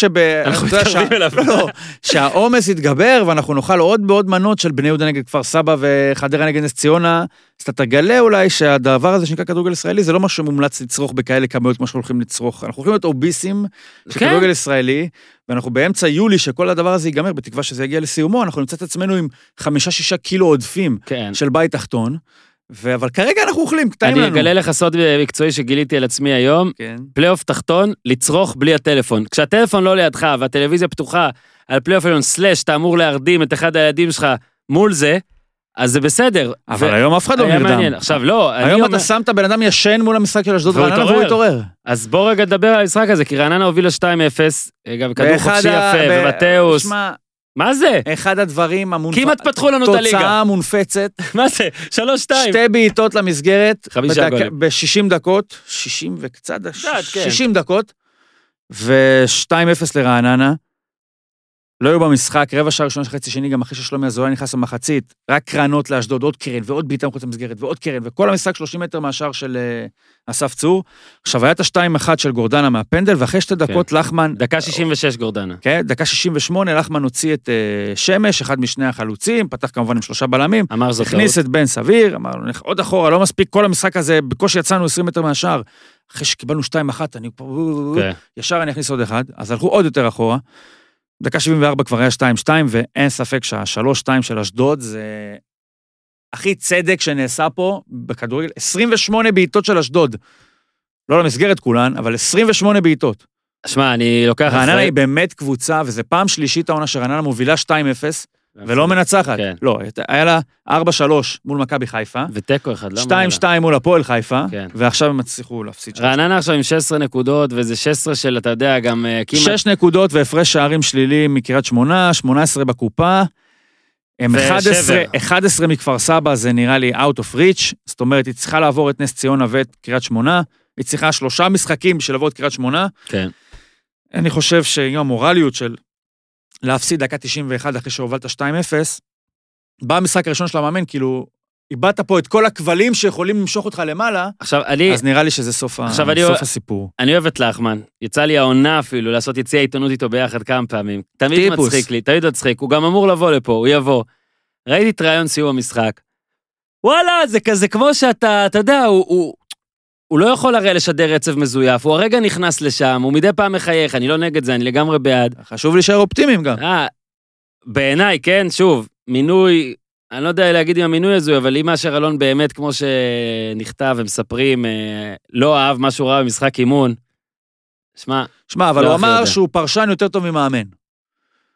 Speaker 3: שהעומס יתגבר, ואנחנו נאכל עוד מנות של בני יהודה נגד כפר סבא וחדרה נגד נס ציונה, אז אתה תגלה אולי שהדבר הזה שנקרא כדורגל ישראלי, זה לא משהו מומלץ לצרוך בכאלה כמויות כמו שאנחנו הולכים לצרוך. אנחנו הולכים להיות אוביסים של כדורגל ישראלי, ואנחנו באמצע יולי שכל הדבר הזה ייגמר, בתקווה שזה יגיע לסיומו, אנחנו נמצא את עצמנו עם 5-6 קילו עודפים של בית תחתון, אבל כרגע אנחנו אוכלים, קטעים לנו.
Speaker 1: אני אגלה לך סוד מקצועי שגיליתי על עצמי היום, פלייאוף תחתון, לצרוך בלי הטלפון. כשהטלפון לא לידך והטלוויזיה פתוחה על פלייאוף עליון סלש, אתה אמור להרדים את אחד הילדים שלך מול זה, אז זה בסדר.
Speaker 3: אבל היום אף אחד לא נרדם.
Speaker 1: עכשיו לא.
Speaker 3: היום אתה שמת בן אדם ישן מול המשחק של אשדוד רעננה והוא התעורר.
Speaker 1: אז בוא רגע נדבר על המשחק הזה, כי רעננה הובילה 2-0, גם כדור חופשי יפה, ומתאוס. מה זה?
Speaker 3: אחד הדברים
Speaker 1: כמעט פתחו לנו את הליגה.
Speaker 3: תוצאה מונפצת.
Speaker 1: מה זה? 3-2.
Speaker 3: 2 בעיטות למסגרת.
Speaker 1: 5 גולים.
Speaker 3: ב-60 דקות, 60 וקצת, 60 דקות, ו-2-0 לרעננה. לא היו במשחק, רבע שעה ראשונה חצי שני, גם אחרי ששלומי אזולאי נכנס למחצית, רק קרנות לאשדוד, עוד קרן, ועוד בעיטה מחוץ למסגרת, ועוד קרן, וכל המשחק 30 מטר מהשאר של אסף צור. עכשיו, היה את ה-2-1 של גורדנה מהפנדל, ואחרי 2 דקות לחמן...
Speaker 1: דקה 66 גורדנה.
Speaker 3: כן, דקה 68, לחמן הוציא את שמש, אחד משני החלוצים, פתח כמובן עם 3 בלמים, הכניס את בן סביר, אמר, עוד אחורה, לא מספיק, כל המשחק הזה, בקושי יצאנו 20 מטר מהשאר, אחרי שקיבלנו 2-1, ישר אני אכניס עוד אחד, אז הלכו עוד יותר אחורה. דקה 74 כבר היה 2-2, ואין ספק שה3-2 של אשדוד זה הכי צדק שנעשה פה בכדורגל. 28 בעיטות של אשדוד. לא למסגרת כולן, אבל 28 בעיטות.
Speaker 1: שמע, אני לוקח...
Speaker 3: רעננה היא באמת קבוצה, וזה פעם שלישית העונה שרעננה מובילה 2-0, ולא מנצחת. לא, היה לה 4-3 מול מכבי חיפה.
Speaker 1: וטקו אחד, לא
Speaker 3: 2-2 מול הפועל חיפה, ועכשיו הם הצליחו להפסיד.
Speaker 1: רעננה עכשיו עם 16 נקודות, וזה 16 של, אתה יודע, גם...
Speaker 3: 6 נקודות והפרש שערים שלילי מקריית שמונה, 18 בקופה, הם 11 מכפר סבא, זה נראה לי out of reach, זאת אומרת, היא צריכה לעבור את נס ציונה ואת קריית שמונה, היא צריכה 3 משחקים בשביל לעבור את קריית שמונה.
Speaker 1: כן.
Speaker 3: אני חושב שעם המורליות של להפסיד דקה 91 אחרי שהובלת 2-0, בא המשחק הראשון של המאמן, כאילו, איבדת פה את כל הכבלים שיכולים למשוך אותך למעלה, אז נראה לי שזה סוף הסיפור.
Speaker 1: אני אוהב את לחמן, יצא לי העונה אפילו, לעשות יציאה עיתונות איתו ביחד כמה פעמים, תמיד מצחיק לי, תמיד מצחיק, הוא גם אמור לבוא לפה, הוא יבוא. ראיתי את רעיון סיום המשחק, וואלה, זה כזה כמו שאתה, אתה יודע, הוא לא יכול הרי לשדר עצב מזויף, הוא הרגע נכנס לשם, הוא מדי פעם מחייך, אני לא נגד זה, אני לגמרי בעד.
Speaker 3: חשוב להישאר אופטימיים גם.
Speaker 1: בעיניי, כן, שוב, מינוי, אני לא יודע להגיד עם המינוי הזו, אבל אם אשר אלון באמת, כמו שנכתב ומספרים, לא אהב משהו רע במשחק אימון, שמע,
Speaker 3: אבל הוא אמר שהוא פרשן יותר טוב ממאמן.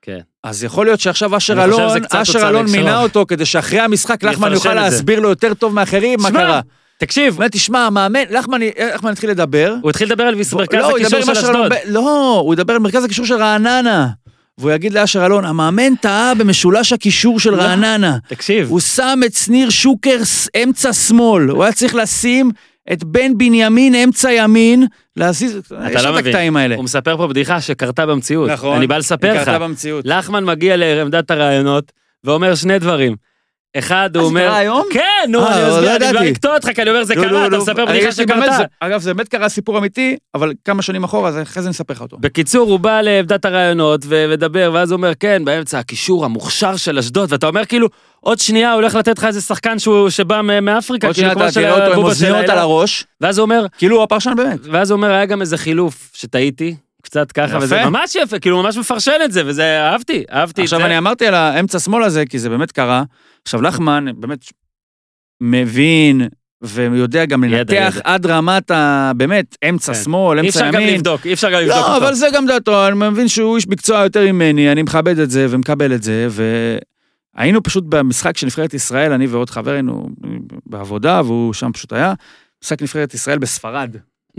Speaker 1: כן.
Speaker 3: אז יכול להיות שעכשיו
Speaker 1: אני
Speaker 3: אשר
Speaker 1: חושב שזה קצת
Speaker 3: אשר
Speaker 1: תוצאה
Speaker 3: אלון
Speaker 1: בהקשרו.
Speaker 3: מינה אותו, כדי שאחרי המשחק לחמן
Speaker 1: יפרשן
Speaker 3: יוכל
Speaker 1: את זה.
Speaker 3: להסביר לו יותר טוב מאחרים מה
Speaker 1: שמע,
Speaker 3: קרה.
Speaker 1: תקשיב,
Speaker 3: אומר, תשמע, המאמן, לחמן התחיל לדבר.
Speaker 1: הוא התחיל לדבר על מרכז
Speaker 3: לא, הוא ידבר
Speaker 1: הקישור
Speaker 3: עם
Speaker 1: של
Speaker 3: אשר אלון
Speaker 1: אשדוד.
Speaker 3: לא, הוא ידבר על מרכז הקישור של רעננה. והוא יגיד לאשר אלון, המאמן טעה במשולש הקישור של רעננה.
Speaker 1: תקשיב.
Speaker 3: הוא שם את שניר שוקר אמצע שמאל. הוא היה צריך לשים את בן בנימין אמצע ימין, להזיז, יש
Speaker 1: אתה
Speaker 3: את
Speaker 1: לא
Speaker 3: הקטעים האלה.
Speaker 1: מבין, הוא מספר פה בדיחה שקרתה במציאות.
Speaker 3: נכון.
Speaker 1: אני בא לספר לך.
Speaker 3: קרתה במציאות.
Speaker 1: לחמן מגיע לעמדת הרעיונות, ואומר שני דברים. אחד, הוא
Speaker 3: זה
Speaker 1: אומר...
Speaker 3: קרה היום?
Speaker 1: כן, נו, אני
Speaker 3: לא
Speaker 1: מסביר, אני בא
Speaker 3: ידעתי.
Speaker 1: לקטוע אותך, כי אני אומר, זה קרה, אתה מספר בדיחה שקרתה.
Speaker 3: אגב, זה באמת קרה סיפור אמיתי, אבל כמה שנים אחורה, אז אחרי זה נספר לך אותו.
Speaker 1: בקיצור, הוא בא לעמדת הרעיונות ומדבר, ואז הוא אומר, כן, באמצע הקישור המוכשר של אשדוד, ואתה אומר כאילו, עוד שנייה הוא הולך לתת לך איזה שחקן שבא מאפריקה,
Speaker 3: עוד
Speaker 1: כאילו
Speaker 3: שנייה
Speaker 1: כמו
Speaker 3: אתה
Speaker 1: של
Speaker 3: תראה אותו עם
Speaker 1: הבובה של
Speaker 3: אוזניות על
Speaker 1: האלה.
Speaker 3: הראש,
Speaker 1: ואז הוא אומר,
Speaker 3: כאילו הוא הפרשן באמת.
Speaker 1: ואז הוא אומר, היה גם איזה חילוף שטעיתי, קצת ככה,
Speaker 3: יפה.
Speaker 1: וזה ממש יפה, כאילו ממש מפרשן את זה, וזה, אהבתי את זה.
Speaker 3: עכשיו אני אמרתי על האמצע שמאל הזה, כי זה באמת קרה. עכשיו לחמן באמת מבין, ויודע גם לנתח עד רמת באמת אמצע שמאל,
Speaker 1: אי
Speaker 3: אמצע
Speaker 1: אפשר גם
Speaker 3: ימין.
Speaker 1: לבדוק, אי אפשר גם לבדוק
Speaker 3: לא,
Speaker 1: אותו.
Speaker 3: אבל זה גם דעתו, אני מבין שהוא איש מקצוע יותר ממני, אני מכבד את זה ומקבל את זה, והיינו פשוט במשחק של נבחרת ישראל, אני ועוד חבר היינו בעבודה, והוא שם פשוט היה, משחק נבחרת ישראל בספרד,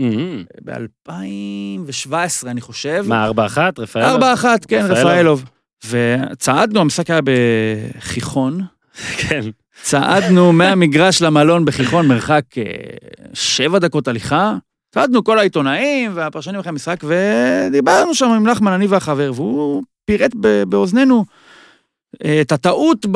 Speaker 3: ב-2017 אני חושב.
Speaker 1: מה, 4-1, רפאלוב?
Speaker 3: 4-1, כן, רפאלוב. וצעדנו, המשחק היה בכיכון,
Speaker 1: כן.
Speaker 3: צעדנו מהמגרש למלון בכיכון, מרחק 7 דקות הליכה, צעדנו כל העיתונאים והפרשנים אחרי המשחק, ודיברנו שם עם לחמן, אני והחבר, והוא פירט באוזנינו את הטעות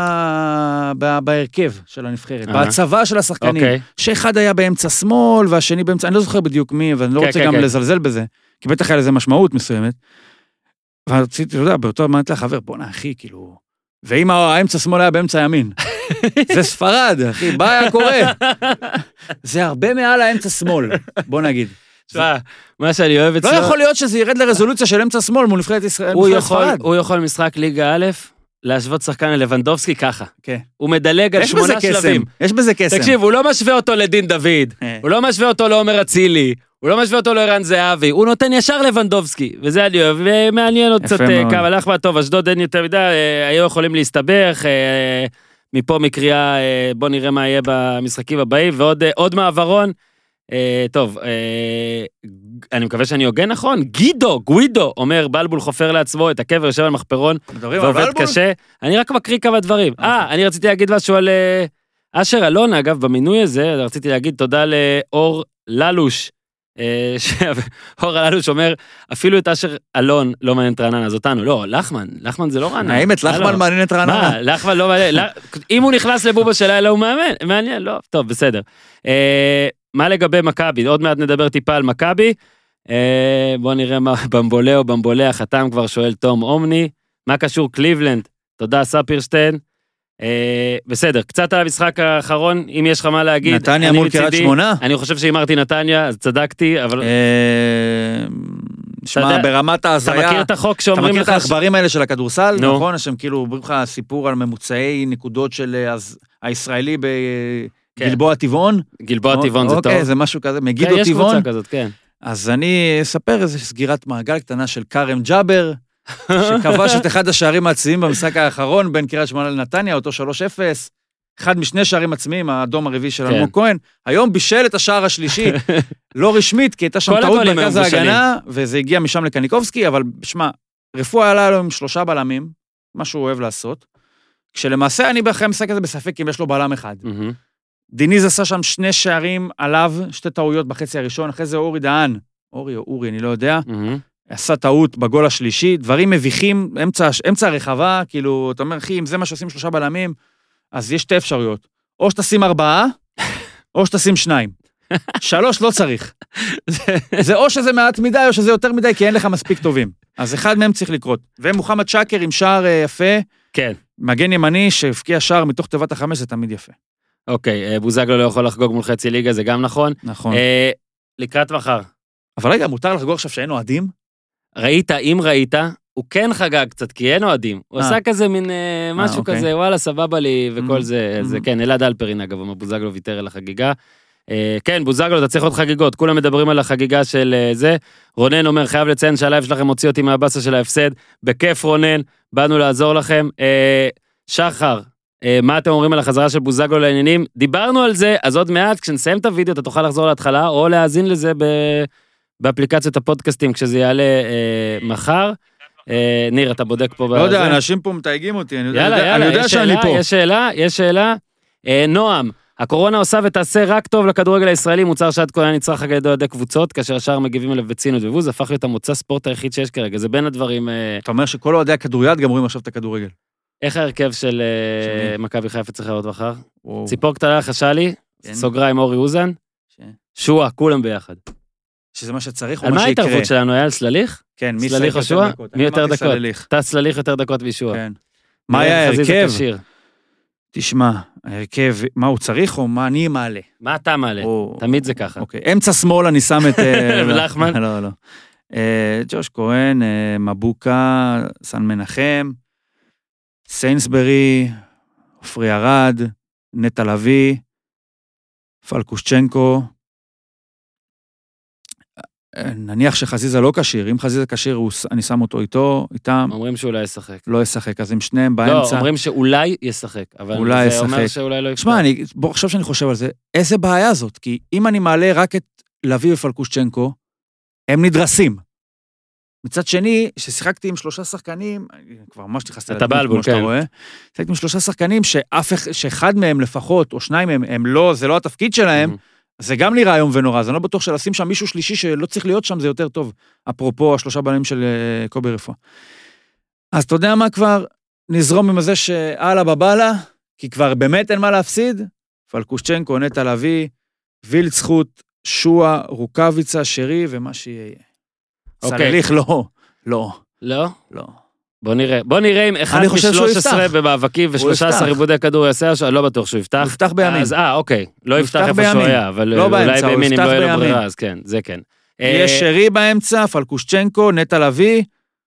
Speaker 3: בהרכב של הנבחרת, בהצבה של השחקנים, שאחד היה באמצע שמאל, והשני באמצע, אני לא זוכר בדיוק מי, ואני לא רוצה גם לזלזל בזה, כי בטח היה לזה משמעות מסוימת, ורציתי, אתה יודע, באותו אמרתי לחבר, בוא'נה אחי, כאילו, ואם האמצע שמאל היה באמצע ימין, זה ספרד, אחי, מה היה קורה? זה הרבה מעל האמצע שמאל, בוא נגיד.
Speaker 1: מה שאני אוהב אצלו...
Speaker 3: לא יכול להיות שזה ירד לרזולוציה של אמצע שמאל מול נבחרת ישראל, ספרד.
Speaker 1: הוא יכול משחק ליגה א', להשוות שחקן ללבנדובסקי ככה.
Speaker 3: כן.
Speaker 1: הוא מדלג על 8 שלבים.
Speaker 3: יש בזה קסם.
Speaker 1: תקשיב, הוא לא משווה אותו לדין דוד, הוא לא משווה אותו לעומר אצילי, הוא לא משווה אותו לערן זהבי, הוא נותן ישר לבנדובסקי, וזה אני אוהב, ומעניין עוד קצת כמה לחמן, טוב, אשדוד אין יותר מדי, היו יכולים להסתבך, מפה מקריאה, בוא נראה מה יהיה במשחקים הבאים, ועוד מעברון, טוב, אני מקווה שאני הוגן נכון, גוידו, אומר בלבול חופר לעצמו את הקבר, יושב על מחפרון, ועובד קשה, אני רק מקריא כמה דברים, אני רציתי להגיד משהו על אשר אלון, אגב, במינוי הזה, רציתי להגיד תודה לאור ללוש, אור אללוש אומר, אפילו את אשר אלון לא מעניין את רעננה, אז אותנו, לא, לחמן זה לא רעננה.
Speaker 3: האמת, לחמן מעניין את רעננה.
Speaker 1: מה, לחמן לא מעניין, אם הוא נכנס לבובה של לילה הוא מעניין, לא, טוב, בסדר. מה לגבי מכבי? עוד מעט נדבר טיפה על מכבי, בוא נראה מה במבולה, החתם כבר שואל תום אומני, מה קשור קליבלנד? תודה ספירשטיין. בסדר, קצת על המשחק האחרון, אם יש לך מה להגיד.
Speaker 3: נתניה מול קריית שמונה?
Speaker 1: אני חושב שאמרתי נתניה, אז צדקתי, אבל...
Speaker 3: שמע, ברמת ההזיה...
Speaker 1: אתה מכיר את החוק שאומרים לך...
Speaker 3: אתה מכיר את העכברים האלה של הכדורסל? נכון, שהם כאילו אומרים לך סיפור על ממוצעי נקודות של הישראלי בגלבוע טבעון?
Speaker 1: גלבוע טבעון זה טוב.
Speaker 3: אוקיי, זה משהו כזה, מגידו טבעון.
Speaker 1: יש קבוצה כזאת, כן.
Speaker 3: אז אני אספר איזו סגירת מעגל קטנה של קרם ג'אבר, שכבש את אחד השערים העצמיים במשחק האחרון, בין קריית שמונה לנתניה, אותו 3-0, אחד משני שערים עצמיים, האדום הרביעי של אלמוג כהן, היום בישל את השער השלישי, לא רשמית, כי הייתה שם טעות מרכז ההגנה, וזה הגיע משם לקניקובסקי, אבל שמע, רפואה עלה לו עם 3 בלמים, מה שהוא אוהב לעשות, כשלמעשה אני אחרי המשחק הזה בספק אם יש לו בלם אחד. דיניז עשה שם 2 שערים עליו, 2 טעויות בחצי הראשון, אחרי זה אורי דהן, אורי או אורי, אני לא יודע, עשה טעות בגול השלישי, דברים מביכים, אמצע הרחבה, כאילו, אתה אומר, אחי, אם זה מה שעושים 3 בלמים, אז יש 2 אפשרויות. או שתשים 4, או שתשים 2. 3 לא צריך. זה או שזה מעט מדי, או שזה יותר מדי, כי אין לך מספיק טובים. אז אחד מהם צריך לקרות. ומוחמד שקר עם שער יפה,
Speaker 1: כן.
Speaker 3: מגן ימני שהפקיע שער מתוך תיבת 5, זה תמיד יפה.
Speaker 1: אוקיי, בוזגלו לא יכול לחגוג מול חצי ליגה, זה גם נכון.
Speaker 3: נכון.
Speaker 1: לקראת מחר.
Speaker 3: אבל רגע, מותר לחגוג עכשיו שאין אוהדים?
Speaker 1: ראית, אם ראית, הוא כן חגג קצת, כי אין אוהדים. הוא עשה כזה מין משהו כזה, וואלה, סבבה לי, וכל זה, כן, אלעד אלפרין, אגב, בוזגלו ויתר על החגיגה. כן, בוזגלו, אתה צריך עוד חגיגות, כולם מדברים על החגיגה של זה. רונן אומר, חייב לציין שהלייב שלכם הוציא אותי מהבאסה של ההפסד. בכיף רונן, באנו לעזור לכם. שחר, מה אתם אומרים על החזרה של בוזגלו לעניינים? דיברנו על זה, אז עוד מעט, כשנסיים את הוידאו, אתה תוכל לחזור להתחלה, או להאזין לזה באפליקציות הפודקאסטים, כשזה יעלה מחר. ניר, אתה בודק פה.
Speaker 3: לא יודע, אנשים פה מתייגים אותי, אני
Speaker 1: יאללה,
Speaker 3: יודע שאני פה.
Speaker 1: יש שאלה. נועם, הקורונה עושה ותעשה רק טוב לכדורגל הישראלי, מוצר שעד כה היה נצרך על ידי אוהדי קבוצות, כאשר השאר מגיבים אליו בציניות ובוז, הפך להיות המוצא ספורט היחיד שיש כרגע, זה בין הדברים...
Speaker 3: אתה אומר שכל אוהדי הכדוריד גם רואים עכשיו את הכדורגל.
Speaker 1: איך ההרכב של מכבי חיפה צריך לראות מחר? ציפור קטנה חשאלי, סוגריים אורי אוזן, שועה, כולם ביחד.
Speaker 3: שזה מה שצריך או
Speaker 1: על
Speaker 3: מה
Speaker 1: מה
Speaker 3: שיקרה.
Speaker 1: ההתערבות שלנו? היה על סלליך?
Speaker 3: כן, מי
Speaker 1: סלליך או שועה? מי יותר דקות? אתה סלליך יותר דקות משועה.
Speaker 3: כן. מה היה ההרכב? תשמע, ההרכב, מה הוא צריך או מה אני מעלה?
Speaker 1: מה אתה מעלה? תמיד זה ככה.
Speaker 3: אוקיי, אמצע שמאל אני שם את...
Speaker 1: ולחמן?
Speaker 3: לא. ג'וש כהן, מבוקה, סן מנחם, סיינסברי, עופרי ארד, נטע לביא, פלקושצ'נקו, נניח שחזיזה לא קשיר, אם חזיזה קשיר, אני שם אותו איתם.
Speaker 1: אומרים שאולי ישחק.
Speaker 3: לא ישחק, אז עם שניהם באמצע.
Speaker 1: לא, אומרים שאולי ישחק, אבל זה אומר שאולי לא יפתח.
Speaker 3: שמע, בוא עכשיו שאני חושב על זה, איזה בעיה זאת? כי אם אני מעלה רק את לביא ופלקושצ'נקו, הם נדרסים. מצד שני, ששיחקתי עם 3 שחקנים, כבר ממש נכנסתי
Speaker 1: אתה בלבול, כן.
Speaker 3: שיחקתי עם 3 שחקנים, שאחד מהם לפחות, או 2 מהם, הם לא, זה לא התפקיד שלהם, זה גם נראה היום ונורא, אז אני לא בטוח שלשים שם מישהו שלישי שלא צריך להיות שם, זה יותר טוב, אפרופו 3 בנים של קובי רפואה. אז אתה יודע מה כבר? נזרום עם זה שהלאה בבאללה, כי כבר באמת אין מה להפסיד, פלקושצ'נקו, נטע לביא, וילצחוט, שועה, רוקביצה, שרי, ומה שיהיה. סלליך לא.
Speaker 1: לא?
Speaker 3: לא.
Speaker 1: בוא נראה אם אחד מ-13 במאבקים ו13 עיבודי כדור יעשה, לא בטוח שהוא יפתח.
Speaker 3: הוא יפתח בימין.
Speaker 1: אז אוקיי, לא יפתח איפה שהוא היה, אבל אולי בימין אם לא יהיה לו ברירה, אז כן, זה כן.
Speaker 3: יש שרי באמצע, פלקושצ'נקו, נטע לביא,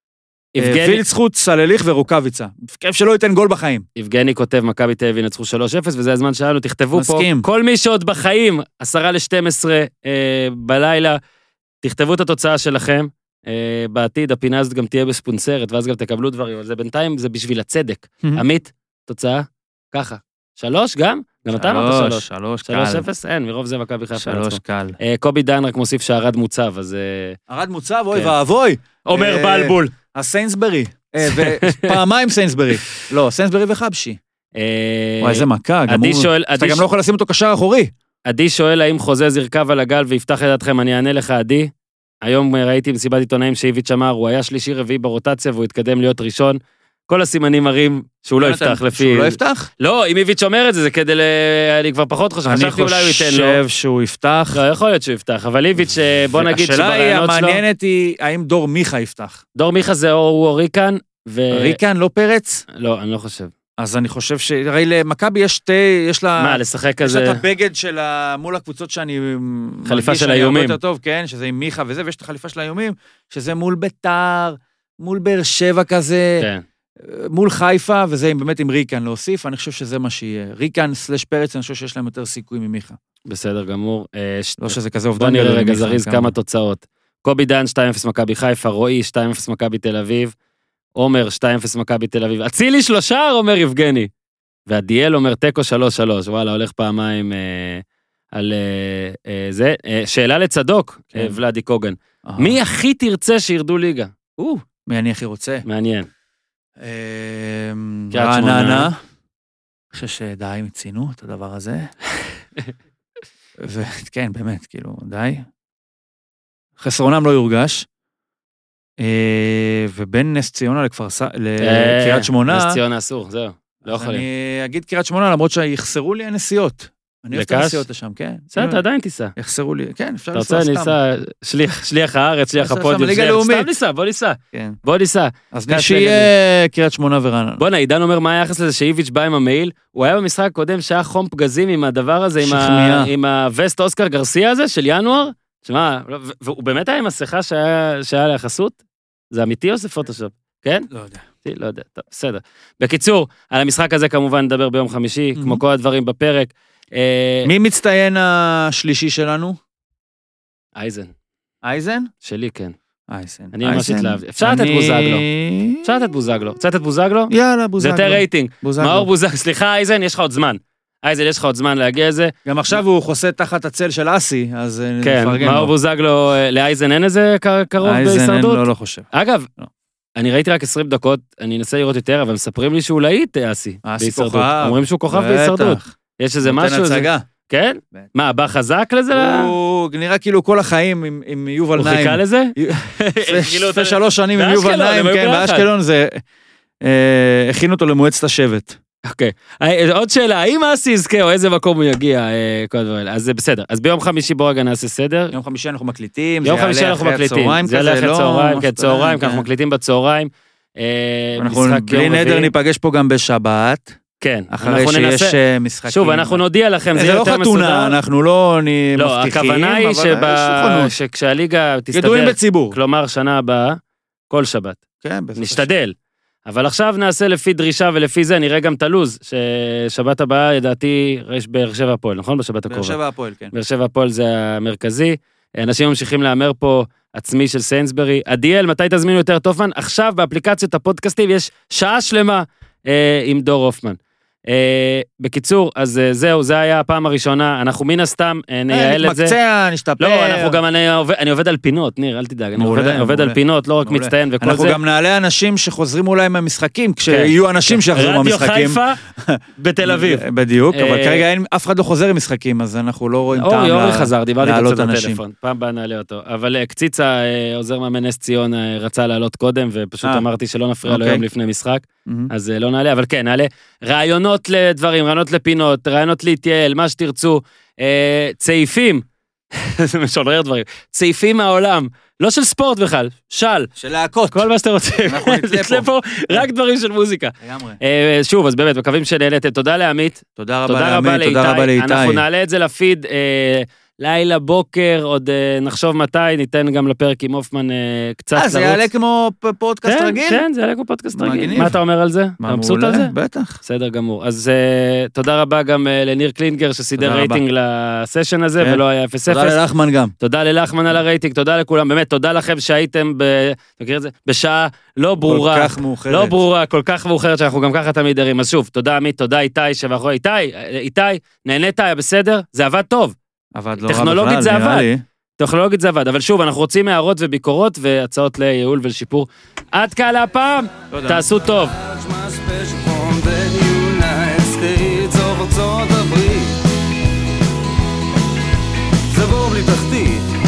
Speaker 3: וילצחוט, סלליך ורוקביצה. כיף שלא ייתן גול בחיים.
Speaker 1: יבגני כותב, מכבי תל אביב ינצחו 3-0, וזה הזמן שלנו, תכתבו פה, כל מי שעוד בחיים, 10:50 בלילה, תכתבו את התוצאה שלכם. בעתיד הפינה הזאת גם תהיה בספונסרת, ואז גם תקבלו דברים, אבל זה בינתיים, זה בשביל הצדק. עמית, תוצאה, ככה. 3 גם? גם אתה אמרת 3.
Speaker 3: 3 קל.
Speaker 1: 3-0? אין, מרוב זה מכבי חיפה.
Speaker 3: 3 קל.
Speaker 1: קובי דן רק מוסיף שהרד מוצב, אז...
Speaker 3: הרד מוצב, אוי ואבוי.
Speaker 1: אומר בלבול.
Speaker 3: הסיינסברי. ופעמיים סיינסברי. לא, סיינסברי וחבשי. וואי, איזה מכה. אתה גם לא יכול לשים אותו קשר אחורי.
Speaker 1: עדי שואל, האם חוזז ירכב על הגל ויפתח את ידכם, אני אענה לך, עדי. היום ראיתי מסיבת עיתונאים שאיביץ' אמר, הוא היה 3-4 ברוטציה והוא התקדם להיות ראשון. כל הסימנים מראים שהוא לא יפתח לפי...
Speaker 3: שהוא לא יפתח?
Speaker 1: לא, אם איביץ' אומר את זה, זה כדי אני כבר פחות חושב, חשבתי אולי הוא ייתן לו.
Speaker 3: אני חושב שהוא יפתח.
Speaker 1: לא, יכול להיות שהוא יפתח, אבל איביץ', בוא נגיד
Speaker 3: השאלה היא, המעניינת היא, האם דור מיכה יפתח?
Speaker 1: דור מיכה זה או ריקן,
Speaker 3: ריקן, לא פרץ?
Speaker 1: לא, אני לא חושב.
Speaker 3: אז אני חושב הרי למכבי יש לה...
Speaker 1: מה, לשחק כזה?
Speaker 3: יש לה את הבגד של מול הקבוצות שאני...
Speaker 1: חליפה של האיומים.
Speaker 3: יותר טוב, כן, שזה עם מיכה וזה, ויש את החליפה של האיומים, שזה מול ביתר, מול באר שבע כזה,
Speaker 1: כן.
Speaker 3: מול חיפה, וזה באמת עם ריקן להוסיף, אני חושב שזה מה שיהיה. ריקן סלש פרץ, אני חושב שיש להם יותר סיכוי ממיכה.
Speaker 1: בסדר גמור.
Speaker 3: לא שזה כזה עובדן.
Speaker 1: בוא נראה רגע, זריז כמה תוצאות. קובי דן, 2-0 מכבי חיפה, רועי, 2-0 מכבי תל אביב, עומר, 2-0 מכבי תל אביב. אצילי 3, אומר יבגני. והדיאל אומר תיקו 3-3. וואלה, הולך פעמיים על זה. שאלה לצדוק, ולדי קוגן. מי הכי תרצה שירדו ליגה?
Speaker 3: מי אני הכי רוצה?
Speaker 1: מעניין.
Speaker 3: רעננה. אני חושב שדי מצינו את הדבר הזה. וכן, באמת, כאילו, די. חסרונם לא יורגש. ובין נס ציונה לקריית שמונה...
Speaker 1: נס ציונה אסור, זהו. לא יכולים.
Speaker 3: אני אגיד קריית שמונה, למרות שיחסרו לי הנסיעות. אני אוהב את הנסיעות לשם, כן.
Speaker 1: בסדר, אתה עדיין תיסע.
Speaker 3: יחסרו לי, כן, אפשר לנסוע סתם.
Speaker 1: אתה רוצה, ניסע, שליח הארץ, שליח הפודיום, סתם ניסע, בוא ניסע.
Speaker 3: אז שיהיה קריית שמונה ורעננה.
Speaker 1: בוא עידן אומר מה היחס לזה שאיביץ' בא עם המעיל, הוא היה במשחק הקודם שהיה חום פגזים עם הדבר הזה, עם הווסט אוסקר גרסיה הזה של ינואר, שמה, והוא באמת היה עם מסכה שהיה ליחסות? זה אמיתי או זה פוטושופ? כן? לא יודע, טוב, בסדר. בקיצור, על המשחק הזה כמובן נדבר ביום חמישי, כמו כל הדברים בפרק.
Speaker 3: מי מצטיין השלישי שלנו?
Speaker 1: אייזן.
Speaker 3: אייזן?
Speaker 1: שלי, כן.
Speaker 3: אייזן.
Speaker 1: אני ממש התלהבתי. אפשר לתת בוזגלו. אפשר לתת בוזגלו. רוצה לתת בוזגלו?
Speaker 3: יאללה, בוזגלו.
Speaker 1: זה יותר רייטינג. מאור בוזגלו. סליחה, אייזן, יש לך עוד זמן. אייזן, יש לך עוד זמן להגיע לזה.
Speaker 3: גם עכשיו הוא חוסה תחת הצל של אסי, אז
Speaker 1: כן, מאור בוזגלו, לאייזן אין איזה קרוב בהישרדות?
Speaker 3: אייזן לא חושב.
Speaker 1: אגב, אני ראיתי רק 20 דקות, אני אנסה לראות יותר, אבל מספרים לי שהוא להיט אסי בהישרדות. אומרים שהוא כוכב בהישרדות. יש איזה משהו...
Speaker 3: נותן הצגה.
Speaker 1: כן? מה, בא חזק לזה?
Speaker 3: הוא נראה כאילו כל החיים עם יובל נעים.
Speaker 1: הוא חיכה לזה?
Speaker 3: לפני 3 שנים עם יובל נעים, כן, באשקלון זה... הכין אותו למועצת השבט.
Speaker 1: אוקיי. עוד שאלה, האם אסי יזכה או איזה מקום הוא יגיע, כל הדברים האלה? אז זה בסדר. אז ביום חמישי בוא רגע נעשה סדר.
Speaker 3: יום חמישי אנחנו מקליטים,
Speaker 1: יום חמישי אנחנו מקליטים. זה יעלה אחרי צהריים, כן, צהריים, כי אנחנו מקליטים בצהריים.
Speaker 3: אנחנו בלי נדר ניפגש פה גם בשבת.
Speaker 1: כן.
Speaker 3: אחרי שיש משחקים.
Speaker 1: שוב, אנחנו נודיע לכם,
Speaker 3: זה לא חתונה, אנחנו לא מבטיחים.
Speaker 1: לא, הכוונה היא שכשהליגה תסתדר.
Speaker 3: ידועים בציבור.
Speaker 1: כלומר, שנה הבאה, כל שבת.
Speaker 3: כן,
Speaker 1: נשתדל. אבל עכשיו נעשה לפי דרישה ולפי זה, נראה גם את הלוז, ששבת הבאה, ידעתי, יש באר שבע הפועל, נכון? בשבת הקרובה.
Speaker 3: באר שבע הפועל, כן.
Speaker 1: באר שבע הפועל זה המרכזי. אנשים ממשיכים לאמר פה עצמי של סיינסברי. עדיאל, מתי תזמינו יותר טופמן? עכשיו באפליקציות הפודקאסטים יש שעה שלמה עם דור הופמן. בקיצור, אז זהו, זה היה הפעם הראשונה, אנחנו מן הסתם נייעל את זה.
Speaker 3: נתמקצע, נשתפר.
Speaker 1: לא, אנחנו גם, אני עובד על פינות, ניר, אל תדאג, אני עובד על פינות, לא רק מצטיין וכל זה.
Speaker 3: אנחנו גם נעלה אנשים שחוזרים אולי מהמשחקים, כשיהיו אנשים שיחזרו מהמשחקים.
Speaker 1: רדיו חיפה בתל אביב.
Speaker 3: בדיוק, אבל כרגע אף אחד לא חוזר עם משחקים, אז אנחנו לא רואים טעם
Speaker 1: אורי חזר, דיברתי איתו קצת בטלפון, פעם באה נעלה אותו. אבל קציצה, עוזר מאמן נס ציון, רצה לעלות קודם, ופשוט אמרתי שלא נפריע לו יום לפני משחק, אז לא נעלה, אבל כן, נעלה רעיונות לדברים, רעיונות לפינות, רעיונות להתייעל, מה שתרצו, צעיפים, זה משולרר דברים, צעיפים מהעולם, לא של ספורט בכלל, של
Speaker 3: להקות,
Speaker 1: כל מה שאתם רוצים,
Speaker 3: אנחנו נצא פה,
Speaker 1: רק דברים של מוזיקה. שוב, אז באמת, מקווים שנהנתם, תודה לעמית,
Speaker 3: תודה רבה לאיתי,
Speaker 1: אנחנו נעלה את זה לפיד, לילה, בוקר, עוד נחשוב מתי, ניתן גם לפרק עם הופמן קצת לרוץ.
Speaker 3: זה יעלה כמו פודקאסט רגיל?
Speaker 1: כן, זה יעלה כמו פודקאסט רגיל. מה אתה אומר על זה? אתה מבסוט על זה?
Speaker 3: בטח.
Speaker 1: בסדר גמור. אז תודה רבה גם לניר קלינגר, שסידר רייטינג לסשן הזה, ולא היה 0-0.
Speaker 3: תודה ללחמן גם.
Speaker 1: תודה ללחמן על הרייטינג, תודה לכולם. באמת, תודה לכם שהייתם בשעה לא ברורה. לא ברורה, כל כך מאוחרת, שאנחנו גם ככה תמיד ערים. אז שוב, תודה עמית, תודה איתי, איתי, נהנית, היה בסדר? זה עבד טוב. טכנולוגית זה עבד, טכנולוגית זה עבד, אבל שוב, אנחנו רוצים הערות וביקורות והצעות לייעול ולשיפור. עד כאן הפעם, תעשו טוב.
Speaker 2: זה בור בלי תחתית